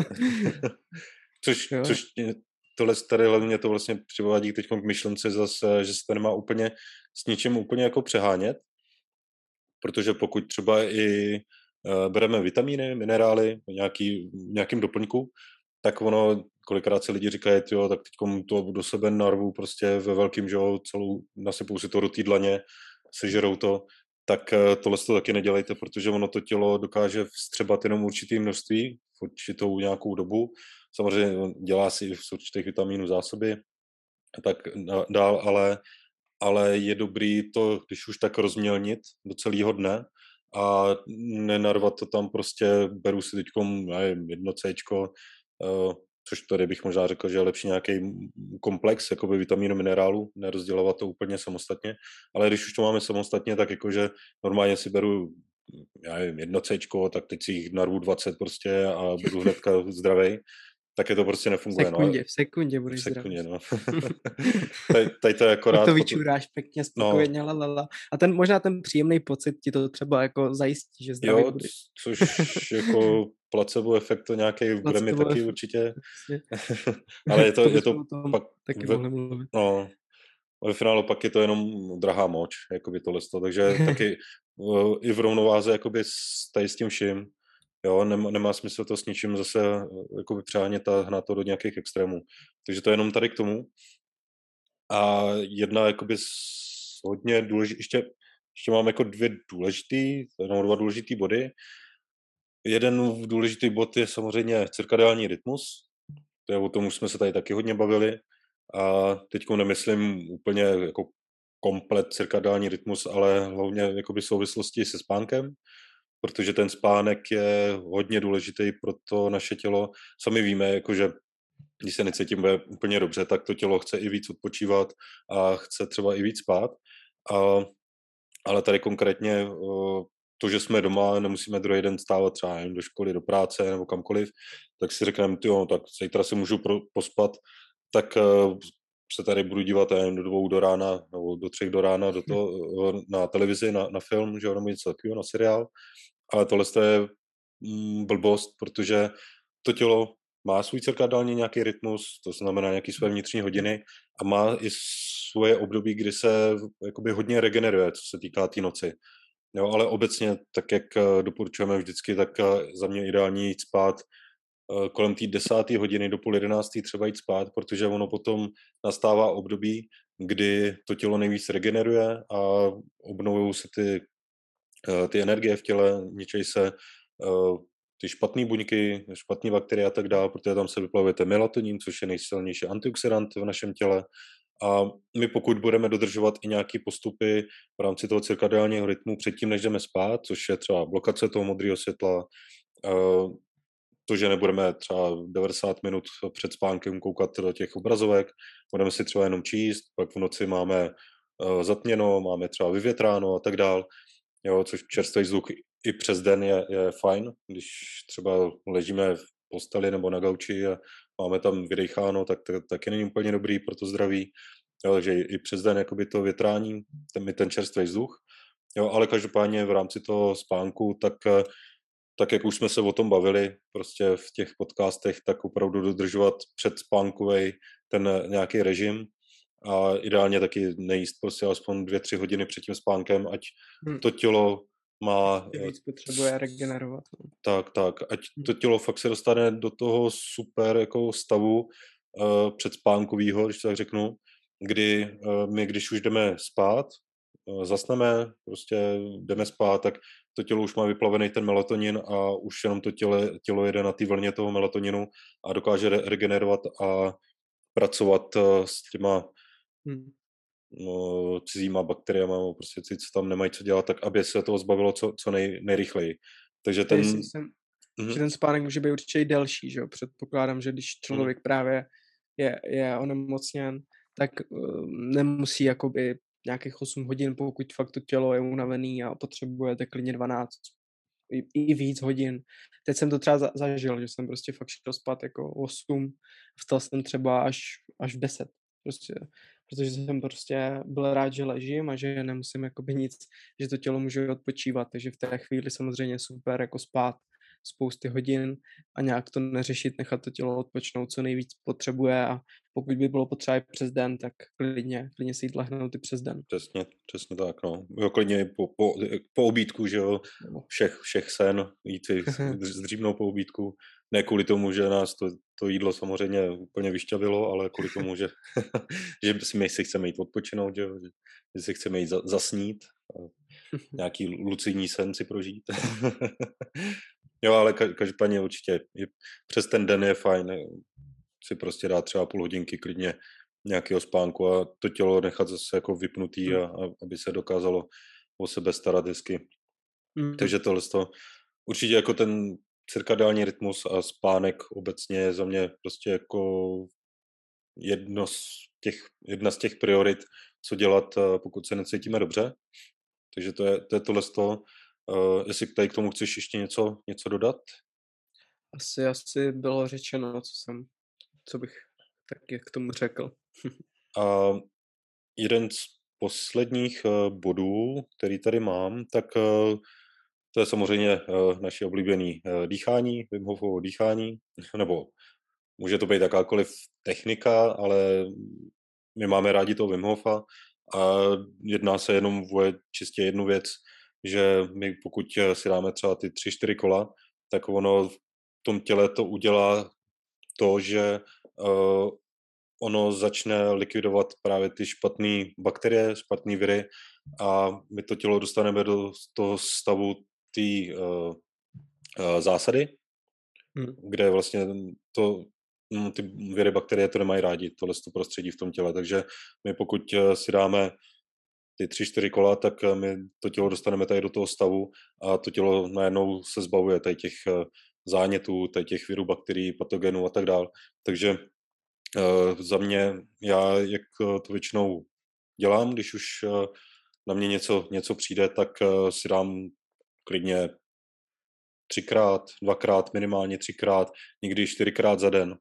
Což, což tohle tady hlavně to vlastně přivádí teď k myšlence zase, že se to nemá úplně s ničím úplně jako přehánět, protože pokud třeba i uh, bereme vitamíny, minerály v nějaký, nějakým doplňku, tak ono, kolikrát se lidi říkají, jo, tak teď to do sebe narvu prostě ve velkým, že jo, celou, nasypou si to do té dlaně, sežerou to, tak uh, tohle to taky nedělejte, protože ono to tělo dokáže vstřebat jenom určitý množství v určitou nějakou dobu. Samozřejmě dělá si z určitých vitamínů zásoby a tak dál, ale, ale je dobrý to, když už tak rozmělnit do celého dne a nenarvat to tam prostě, beru si teďkom, nevím, jedno céčko, uh, což tady bych možná řekl, že je lepší nějaký komplex jakoby vitamínu, minerálu, nerozdělovat to úplně samostatně, ale když už to máme samostatně, tak jakože normálně si beru já nevím, jedno céčko, tak teď si jich narvu dvacet prostě a budu hnedka zdravej. Tak je to prostě nefunguje. V sekundě, no. v sekundě budeš v sekundě, zdravý. no. tady, tady to je akorát... To vyčuráš pěkně, spokojeně, no. lalala. A ten, možná ten příjemný pocit ti to třeba jako zajistí, že zdravý jo, budeš. což jako placebo efekt to nějaký bude mi taky efekt. Určitě. Ale je to, to je to pak... Taky ve, mohli mluvit. No, ve finále pak je to jenom drahá moč, jakoby tohle, takže taky uh, i v rovnováze jakoby s, tady s tím vším. Jo, nemá, nemá smysl to s ničím zase jakoby přánět a hnát to do nějakých extrémů. Takže to je jenom tady k tomu. A jedna jakoby hodně důležitý, ještě, ještě mám jako dvě důležitý, nebo dva důležitý body. Jeden důležitý bod je samozřejmě cirkadiální rytmus. To je, o tom už jsme se tady taky hodně bavili. A teď nemyslím úplně jako komplet cirkadiální rytmus, ale hlavně jakoby souvislosti se spánkem, protože ten spánek je hodně důležitý pro to naše tělo. Sami víme, jako že když se necítíme úplně dobře, tak to tělo chce i víc odpočívat a chce třeba i víc spát. A, ale tady konkrétně to, že jsme doma, nemusíme druhý den stávat třeba nevím, do školy, do práce nebo kamkoliv, tak si řekneme, jo, tak zítra si můžu pro, pospat tak se tady budu dívat jen do dvou do rána, nebo do třech do rána do toho, na televizi, na, na film, že jo, nebo něco takového, na seriál. Ale tohle je mm, blbost, protože to tělo má svůj cirkadální nějaký rytmus, to znamená nějaký své vnitřní hodiny a má i svoje období, kdy se jakoby hodně regeneruje, co se týká té tý noci. Jo, ale obecně, tak jak doporučujeme vždycky, tak za mě ideální jít spát kolem té desáté hodiny do půl jedenácté třeba jít spát, protože ono potom nastává období, kdy to tělo nejvíc regeneruje a obnovují se ty, ty energie v těle, ničejí se ty špatné buňky, špatné bakterie a tak dále, protože tam se vyplavuje ten melatonin, což je nejsilnější antioxidant v našem těle. A my pokud budeme dodržovat i nějaké postupy v rámci toho cirkadiálního rytmu předtím, než jdeme spát, což je třeba blokace toho modrého světla, to, že nebudeme třeba devadesát minut před spánkem koukat do těch obrazovek, budeme si třeba jenom číst, pak v noci máme zatměno, máme třeba vyvětráno a tak dál, jo, což čerstvý vzduch i přes den je, je fajn, když třeba ležíme v posteli nebo na gauči a máme tam vydecháno, tak to taky není úplně dobrý pro to zdraví. Jo, takže i přes den jakoby to větrání, ten, ten čerstvý vzduch. Jo, ale každopádně v rámci toho spánku, tak, tak jak už jsme se o tom bavili prostě v těch podcastech, tak opravdu dodržovat předspánkovej ten nějaký režim a ideálně taky nejíst prostě aspoň dvě, tři hodiny před tím spánkem, ať hmm. to tělo má... Víc potřebuje regenerovat. Tak, tak. Ať to tělo fakt se dostane do toho super jako stavu uh, předspánkovýho, když to tak řeknu, kdy uh, my, když už jdeme spát, uh, zasneme, prostě jdeme spát, tak to tělo už má vyplavený ten melatonin a už jenom to těle, tělo jede na té vlně toho melatoninu a dokáže re- regenerovat a pracovat uh, s těma hmm. no, cizíma bakteriemi, prostě ty, co tam nemají co dělat, tak aby se toho zbavilo co, co nej, nejrychleji. Takže ten... Jsem, mm-hmm. že ten spánek může být určitě i delší, že jo? Předpokládám, že když člověk mm. právě je, je onemocněn, tak uh, nemusí jakoby nějakých osm hodin, pokud fakt to tělo je unavený a potřebuje tak klidně dvanáct i, i víc hodin. Teď jsem to třeba za, zažil, že jsem prostě fakt šel spát jako osm, vstal jsem třeba až, až v deset. Prostě, protože jsem prostě byl rád, že ležím a že nemusím jakoby nic, že to tělo může odpočívat, takže v té chvíli samozřejmě super jako spát spousty hodin a nějak to neřešit, nechat to tělo odpočnout, co nejvíc potřebuje a pokud by bylo potřeba i přes den, tak klidně, klidně si jít lehnout i přes den. Přesně, přesně tak, no. Jo, klidně po, po, po obídku, že jo, všech, všech sen, jít si zdřímnout po obídku, ne kvůli tomu, že nás to, to jídlo samozřejmě úplně vyšťavilo, ale kvůli tomu, že, že si my si chceme jít odpočinout, že, že si chceme jít za, zasnít, nějaký lucidní sen si prožít. Jo, ale každopádně určitě přes ten den je fajn si prostě dát třeba půl hodinky klidně nějakého spánku a to tělo nechat zase jako vypnutý a, a aby se dokázalo o sebe starat hezky. Mm. Takže tohle to určitě jako ten cirkadiální rytmus a spánek obecně je za mě prostě jako jedno z těch, jedna z těch priorit, co dělat, pokud se necítíme dobře. Takže to je, to je tohle to. Uh, jestli tady k tomu chceš ještě něco, něco dodat? Asi, asi bylo řečeno, co jsem, co bych taky k tomu řekl. A jeden z posledních uh, bodů, který tady mám, tak uh, to je samozřejmě uh, naše oblíbené uh, dýchání, Wim Hofovo dýchání, nebo může to být jakákoliv technika, ale my máme rádi toho Wim Hofa a jedná se jenom o čistě jednu věc, že my pokud si dáme třeba ty tři, čtyři kola, tak ono v tom těle to udělá to, že uh, ono začne likvidovat právě ty špatné bakterie, špatné viry a my to tělo dostaneme do toho stavu té uh, uh, zásady, hmm. kde vlastně to, no, ty viry, bakterie to nemají rádi, tohle to prostředí v tom těle. Takže my pokud si dáme ty tři, čtyři kola, tak my to tělo dostaneme tady do toho stavu a to tělo najednou se zbavuje tady těch zánětů, tady těch virů, bakterií, patogenů a tak dál. Takže uh, za mě, já jak to většinou dělám, když už uh, na mě něco, něco přijde, tak uh, si dám klidně třikrát, dvakrát, minimálně třikrát, někdy čtyřikrát za den.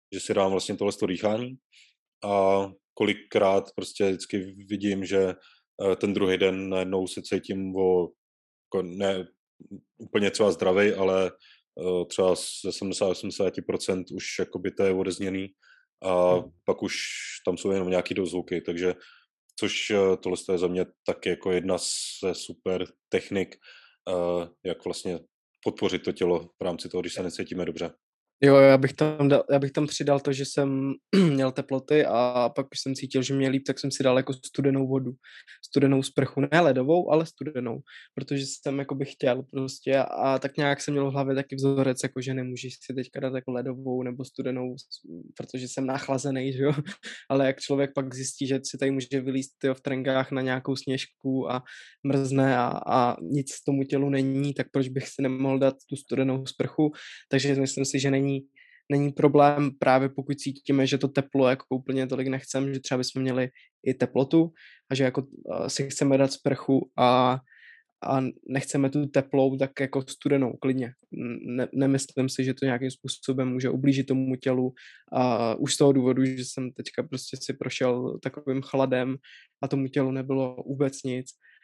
že si dám vlastně tohle dýchání a kolikrát prostě vždycky vidím, že eh, ten druhý den najednou se cítím o, jako ne úplně třeba zdravej, ale eh, třeba ze sedmdesát osmdesát procent už jakoby to je odezněný a Hm. pak už tam jsou jenom nějaký dozvuky, takže což eh, tohle je za mě taky jako jedna ze super technik, eh, jak vlastně podpořit to tělo v rámci toho, když se necítíme dobře. Jo, já bych tam dal, já bych tam přidal to, že jsem měl teploty a pak když jsem cítil, že mě líp, tak jsem si dal jako studenou vodu. Studenou sprchu, ne ledovou, ale studenou, protože jsem jako bych chtěl prostě a, a tak nějak jsem měl v hlavě taky vzorec, jako že nemůžeš si teďka dát jako ledovou nebo studenou, s- protože jsem nachlazený, že jo. Ale jak člověk pak zjistí, že si tady může vylízt tyjo, v trenkách na nějakou sněžku a mrzne a, a nic tomu tělu není, tak proč bych si nemohl dát tu studenou sprchu. Takže myslím si, že není, není problém právě pokud cítíme, že to teplo jako úplně tolik nechcem, že třeba bychom měli i teplotu a že jako uh, si chceme dát sprchu a, a nechceme tu teplou, tak jako studenou klidně. Ne, nemyslím si, že to nějakým způsobem může ublížit tomu tělu a už z toho důvodu, že jsem teďka prostě si prošel takovým chladem a tomu tělu nebylo vůbec nic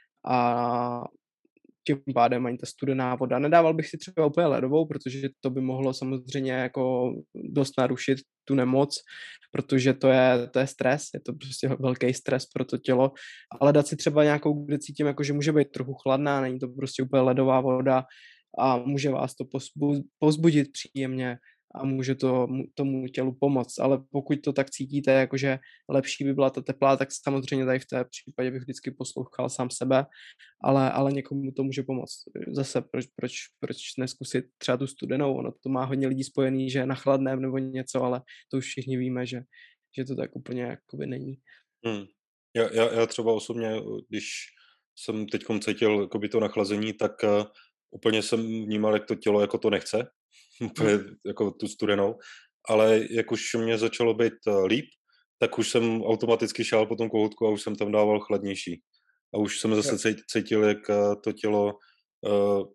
a tím pádem ani ta studená voda. Nedával bych si třeba úplně ledovou, protože to by mohlo samozřejmě jako dost narušit tu nemoc, protože to je, to je stres, je to prostě velký stres pro to tělo, ale dát si třeba nějakou, kde cítím, jako, že může být trochu chladná, není to prostě úplně ledová voda a může vás to pozbu- pozbudit příjemně a může to mu- tomu tělu pomoct, ale pokud to tak cítíte, jakože lepší by byla ta teplá, tak samozřejmě tady v té případě bych vždycky poslouchal sám sebe, ale ale někomu to může pomoct. Zase proč proč proč neskusit třeba tu studenou, ono to má hodně lidí spojený, že je na chladném nebo něco, ale to už všichni víme, že že to tak úplně jakoby není. Hmm. Já, já, já třeba osobně, eh, když jsem teď cítil jakoby to nachlazení, tak uh, úplně jsem vnímal, jak to tělo jako to nechce, Hm, úplně jako tu studenou, ale jak už mě začalo být uh, líp, tak už jsem automaticky šel po tom kohoutku a už jsem tam dával chladnější. A už jsem jo, zase cít- cítil, jak uh, to tělo uh,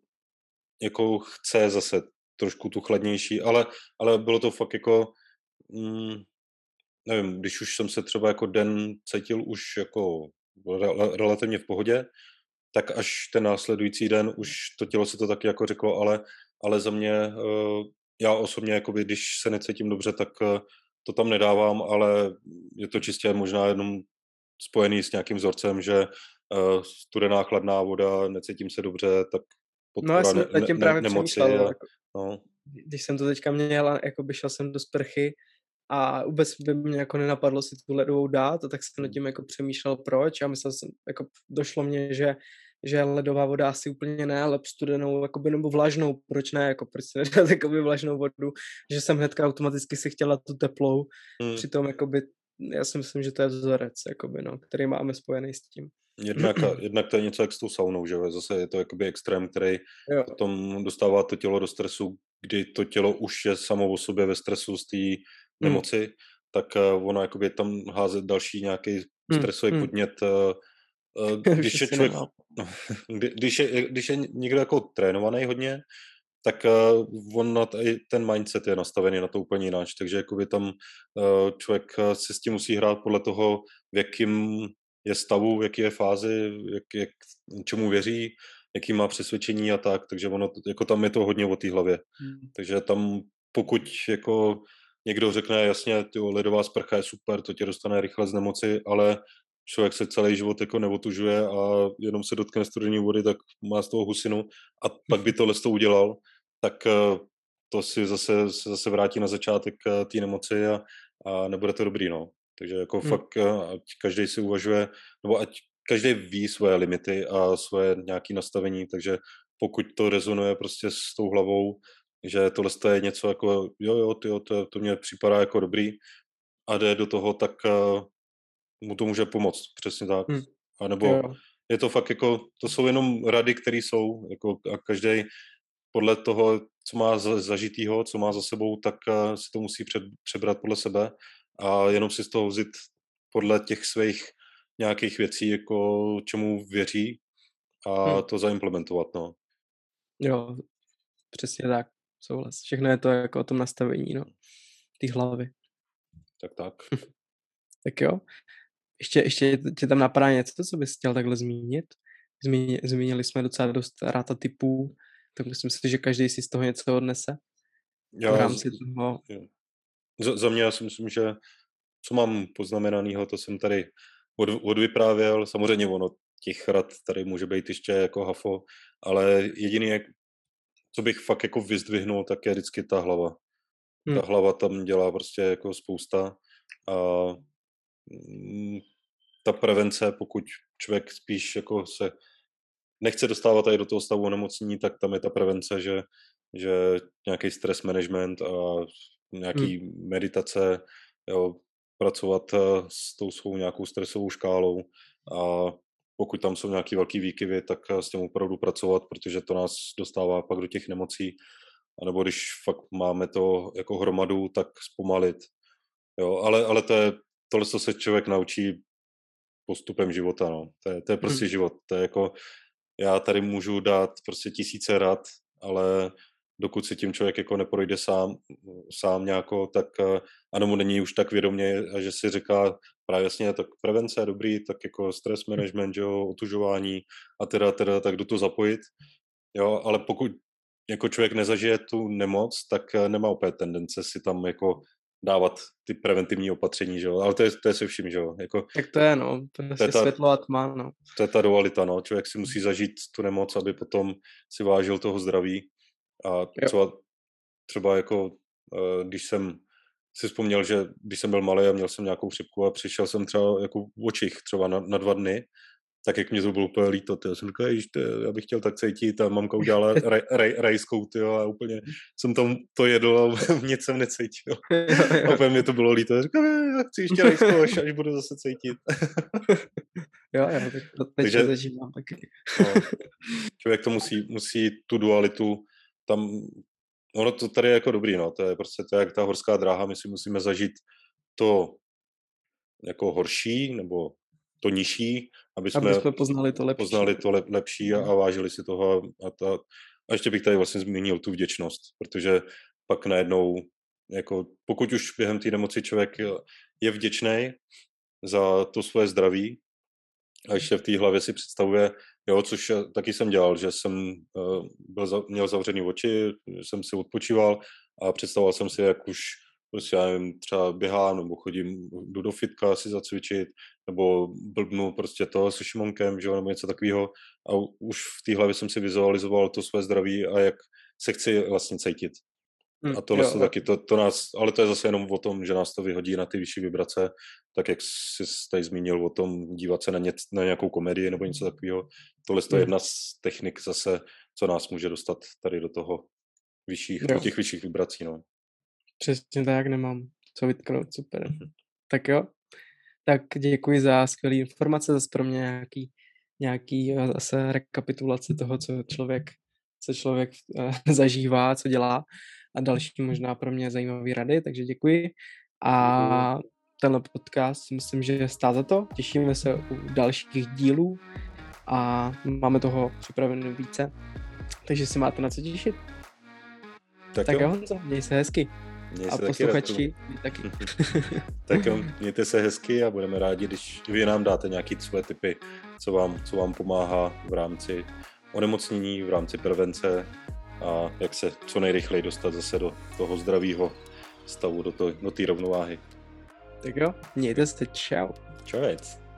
jako chce zase trošku tu chladnější, ale, ale bylo to fakt jako, mm, nevím, když už jsem se třeba jako den cítil už jako rela relativně v pohodě, tak až ten následující den už to tělo si to taky jako řeklo, ale ale za mě, eh, já osobně jakoby, když se necítím dobře, tak, eh, to tam nedávám, ale je to čistě možná jenom spojený s nějakým vzorcem, že, eh, studená chladná voda, necítím se dobře, tak no já podpora jsem ne nad ne tím ne právě nemoci přemýšlel, a jako no. když jsem to teďka měl a jakoby šel jsem do sprchy a vůbec by mě jako nenapadlo si tu ledovou dát, a tak jsem nad Hm, tím jako přemýšlel proč a myslel jsem, jako došlo mně, že že ledová voda asi úplně ne, ale studenou jakoby, nebo vlažnou, proč ne, jako proč si nedat jakoby vlažnou vodu, že jsem hnedka automaticky si chtěla tu teplou, hm. přitom jakoby, já si myslím, že to je vzorec, jakoby, no, který máme spojený s tím. Jednak a jednak to je něco jak s tou saunou, že jo? Zase je to jakoby extrém, který Jo. potom dostává to tělo do stresu, kdy to tělo už je samo o sobě ve stresu z té Hm, nemoci, tak, eh, ono jakoby tam házet další nějaký hm, stresový hm. podnět, eh, eh, Už když je asi člověk nemám. kdy když je když je někdo jako trénovaný hodně, tak, eh, on na t i ten mindset je nastavený na to úplně jináč, takže jakoby tam, eh, člověk, eh, si s tím musí hrát podle toho, v jakým je stavu, v jaké je fázi, jak jak čemu věří, jaký má přesvědčení a tak, takže ono t jako tam je to hodně o té hlavě. Hm, Takže tam pokud jako někdo řekne: "Jasně, tyjo, ledová sprcha je super, to tě dostane rychle z nemoci", ale člověk se celý život jako neotužuje a jenom se dotkne studené vody, tak má z toho husinu a pak by tohle to udělal, tak, eh, to si zase se zase vrátí na začátek, eh, té nemoci a a nebude to dobrý, no. Takže jako hm, fakt, eh, ať každý si uvažuje nebo ať každý ví svoje limity a svoje nějaké nastavení, takže pokud to rezonuje prostě s tou hlavou, že tohle je něco jako, jo, jo, tyjo, to to mně připadá jako dobrý a jde do toho, tak, eh, mu to může pomoct, přesně tak. hm. A Jo, nebo jo. je to fakt jako, to jsou jenom rady, které jsou, jako a každý podle toho, co má za zažitýho, co má za sebou, tak, eh, si to musí před přebrat podle sebe a jenom si z toho vzít podle těch svých nějakých věcí, jako čemu věří Hm. a to zaimplementovat, no. Jo, přesně tak, souhlas. Všechno je to jako o tom nastavení, no, té hlavy. tak tak. Tak jo. Ještě, ještě tě tam napadá něco, co bys chtěl takhle zmínit? Zmíni, zmínili jsme docela dost ráta typů, tak myslím si, že každý si z toho něco odnese v Já, z- rámci toho. za, za mě já si myslím, že co mám poznamenanýho, to jsem tady od, odvyprávěl. Samozřejmě ono, těch rad tady může být ještě jako hafo, ale jediný, jak, co bych fakt jako vyzdvihnul, tak je vždycky ta hlava. Ta Hmm. hlava tam dělá prostě jako spousta a mm, ta prevence, pokud člověk spíš jako se nechce dostávat tady do toho stavu onemocnění, tak tam je ta prevence, že, že nějaký stress management a nějaký Hmm. meditace, jo, pracovat eh, s tou svou nějakou stresovou škálou a pokud tam jsou nějaký velký výkyvy, tak eh, s tím opravdu pracovat, protože to nás dostává pak do těch nemocí. A nebo když fakt máme to jako hromadu, tak zpomalit. Jo, ale, ale to je, tohle, co se člověk naučí postupem života, no. To je, to je prostě Hmm. život. To je jako, já tady můžu dát prostě tisíce rad, ale dokud si tím člověk jako neprojde sám, sám nějako, tak ano, mu není už tak vědomě, a že si říká právě jasně, tak prevence je dobrý, tak jako stress management, jo, otužování a teda, teda, tak jdu to zapojit, jo, ale pokud jako člověk nezažije tu nemoc, tak nemá opět tendence si tam jako dávat ty preventivní opatření, že jo, ale to je, to je se vším, že jo, jako Tak to je, no, to je to je prostě ta- světlo a tma, no. to je ta dualita, no. Člověk si musí zažít tu nemoc, aby potom si vážil toho zdraví. A třeba, třeba jako, eh, když jsem si vzpomněl, že když jsem byl malý a měl jsem nějakou chřipku a přišel jsem třeba jako v očích třeba na, na dva dny, tak jak mě to bylo úplně líto, tyjo. Jsem říkal, ježiš, tyjo, já bych chtěl tak cítit a mamka udělala raj, raj, rajskou, tyjo, a úplně jsem tam to jedl a nic jsem necítil. A úplně mě to bylo líto. Já říkal, já chci ještě rajskou, až, až budu zase cítit. Jo, jo, tak to teď Takže- zažívám taky. No, člověk to musí, musí tu dualitu tam, ono to tady je jako dobrý, no, to je prostě to je jak ta horská dráha, my si musíme zažít to jako horší, nebo to nižší, aby jsme, Aby jsme poznali to lepší. poznali to lep, lepší a, a vážili si toho a, ta, a ještě bych tady vlastně zmínil tu vděčnost, protože pak najednou, jako pokud už během té nemoci člověk je vděčný za to svoje zdraví, a ještě v té hlavě si představuje, jo, což taky jsem dělal, že jsem uh, byl za, měl zavřený oči, jsem si odpočíval a představoval jsem si, jak už prostě já nevím, třeba běhám, nebo chodím, jdu do fitka si zacvičit, nebo blbnu prostě to se Šimonkem, že jo, nebo něco takového. A už v té hlavě jsem si vizualizoval to své zdraví a jak se chci vlastně cítit. Hm, A tohle jo, se taky, to, to nás, ale to je zase jenom o tom, že nás to vyhodí na ty vyšší vibrace, tak jak jsi tady zmínil o tom dívat se na, ně, na nějakou komedii nebo něco takového. Tohle je Hm. jedna z technik zase, co nás může dostat tady do toho vyšších, Jo. do těch vyšších vibrací, no. Přesně tak, nemám co vytknout, super. Tak jo, tak děkuji za skvělé informace, zase pro mě nějaký, nějaký eh, zase rekapitulace toho, co člověk, co člověk eh, zažívá, co dělá a další možná pro mě zajímavé rady, takže děkuji. A tenhle podcast si myslím, že stál za to. Těšíme se u dalších dílů a máme toho připraveno více, takže si máte na co těšit. Tak, Tak jo, jo, Honzo, měj se hezky. měj A se taky, posluchači taky. tak jo, mějte se hezky a budeme rádi, když vy nám dáte nějaké své tipy, co vám, co vám pomáhá v rámci onemocnění, v rámci prevence a jak se co nejrychleji dostat zase do toho zdravého stavu, do té do té rovnováhy. Tak jo, mějte se, čau. Čovec.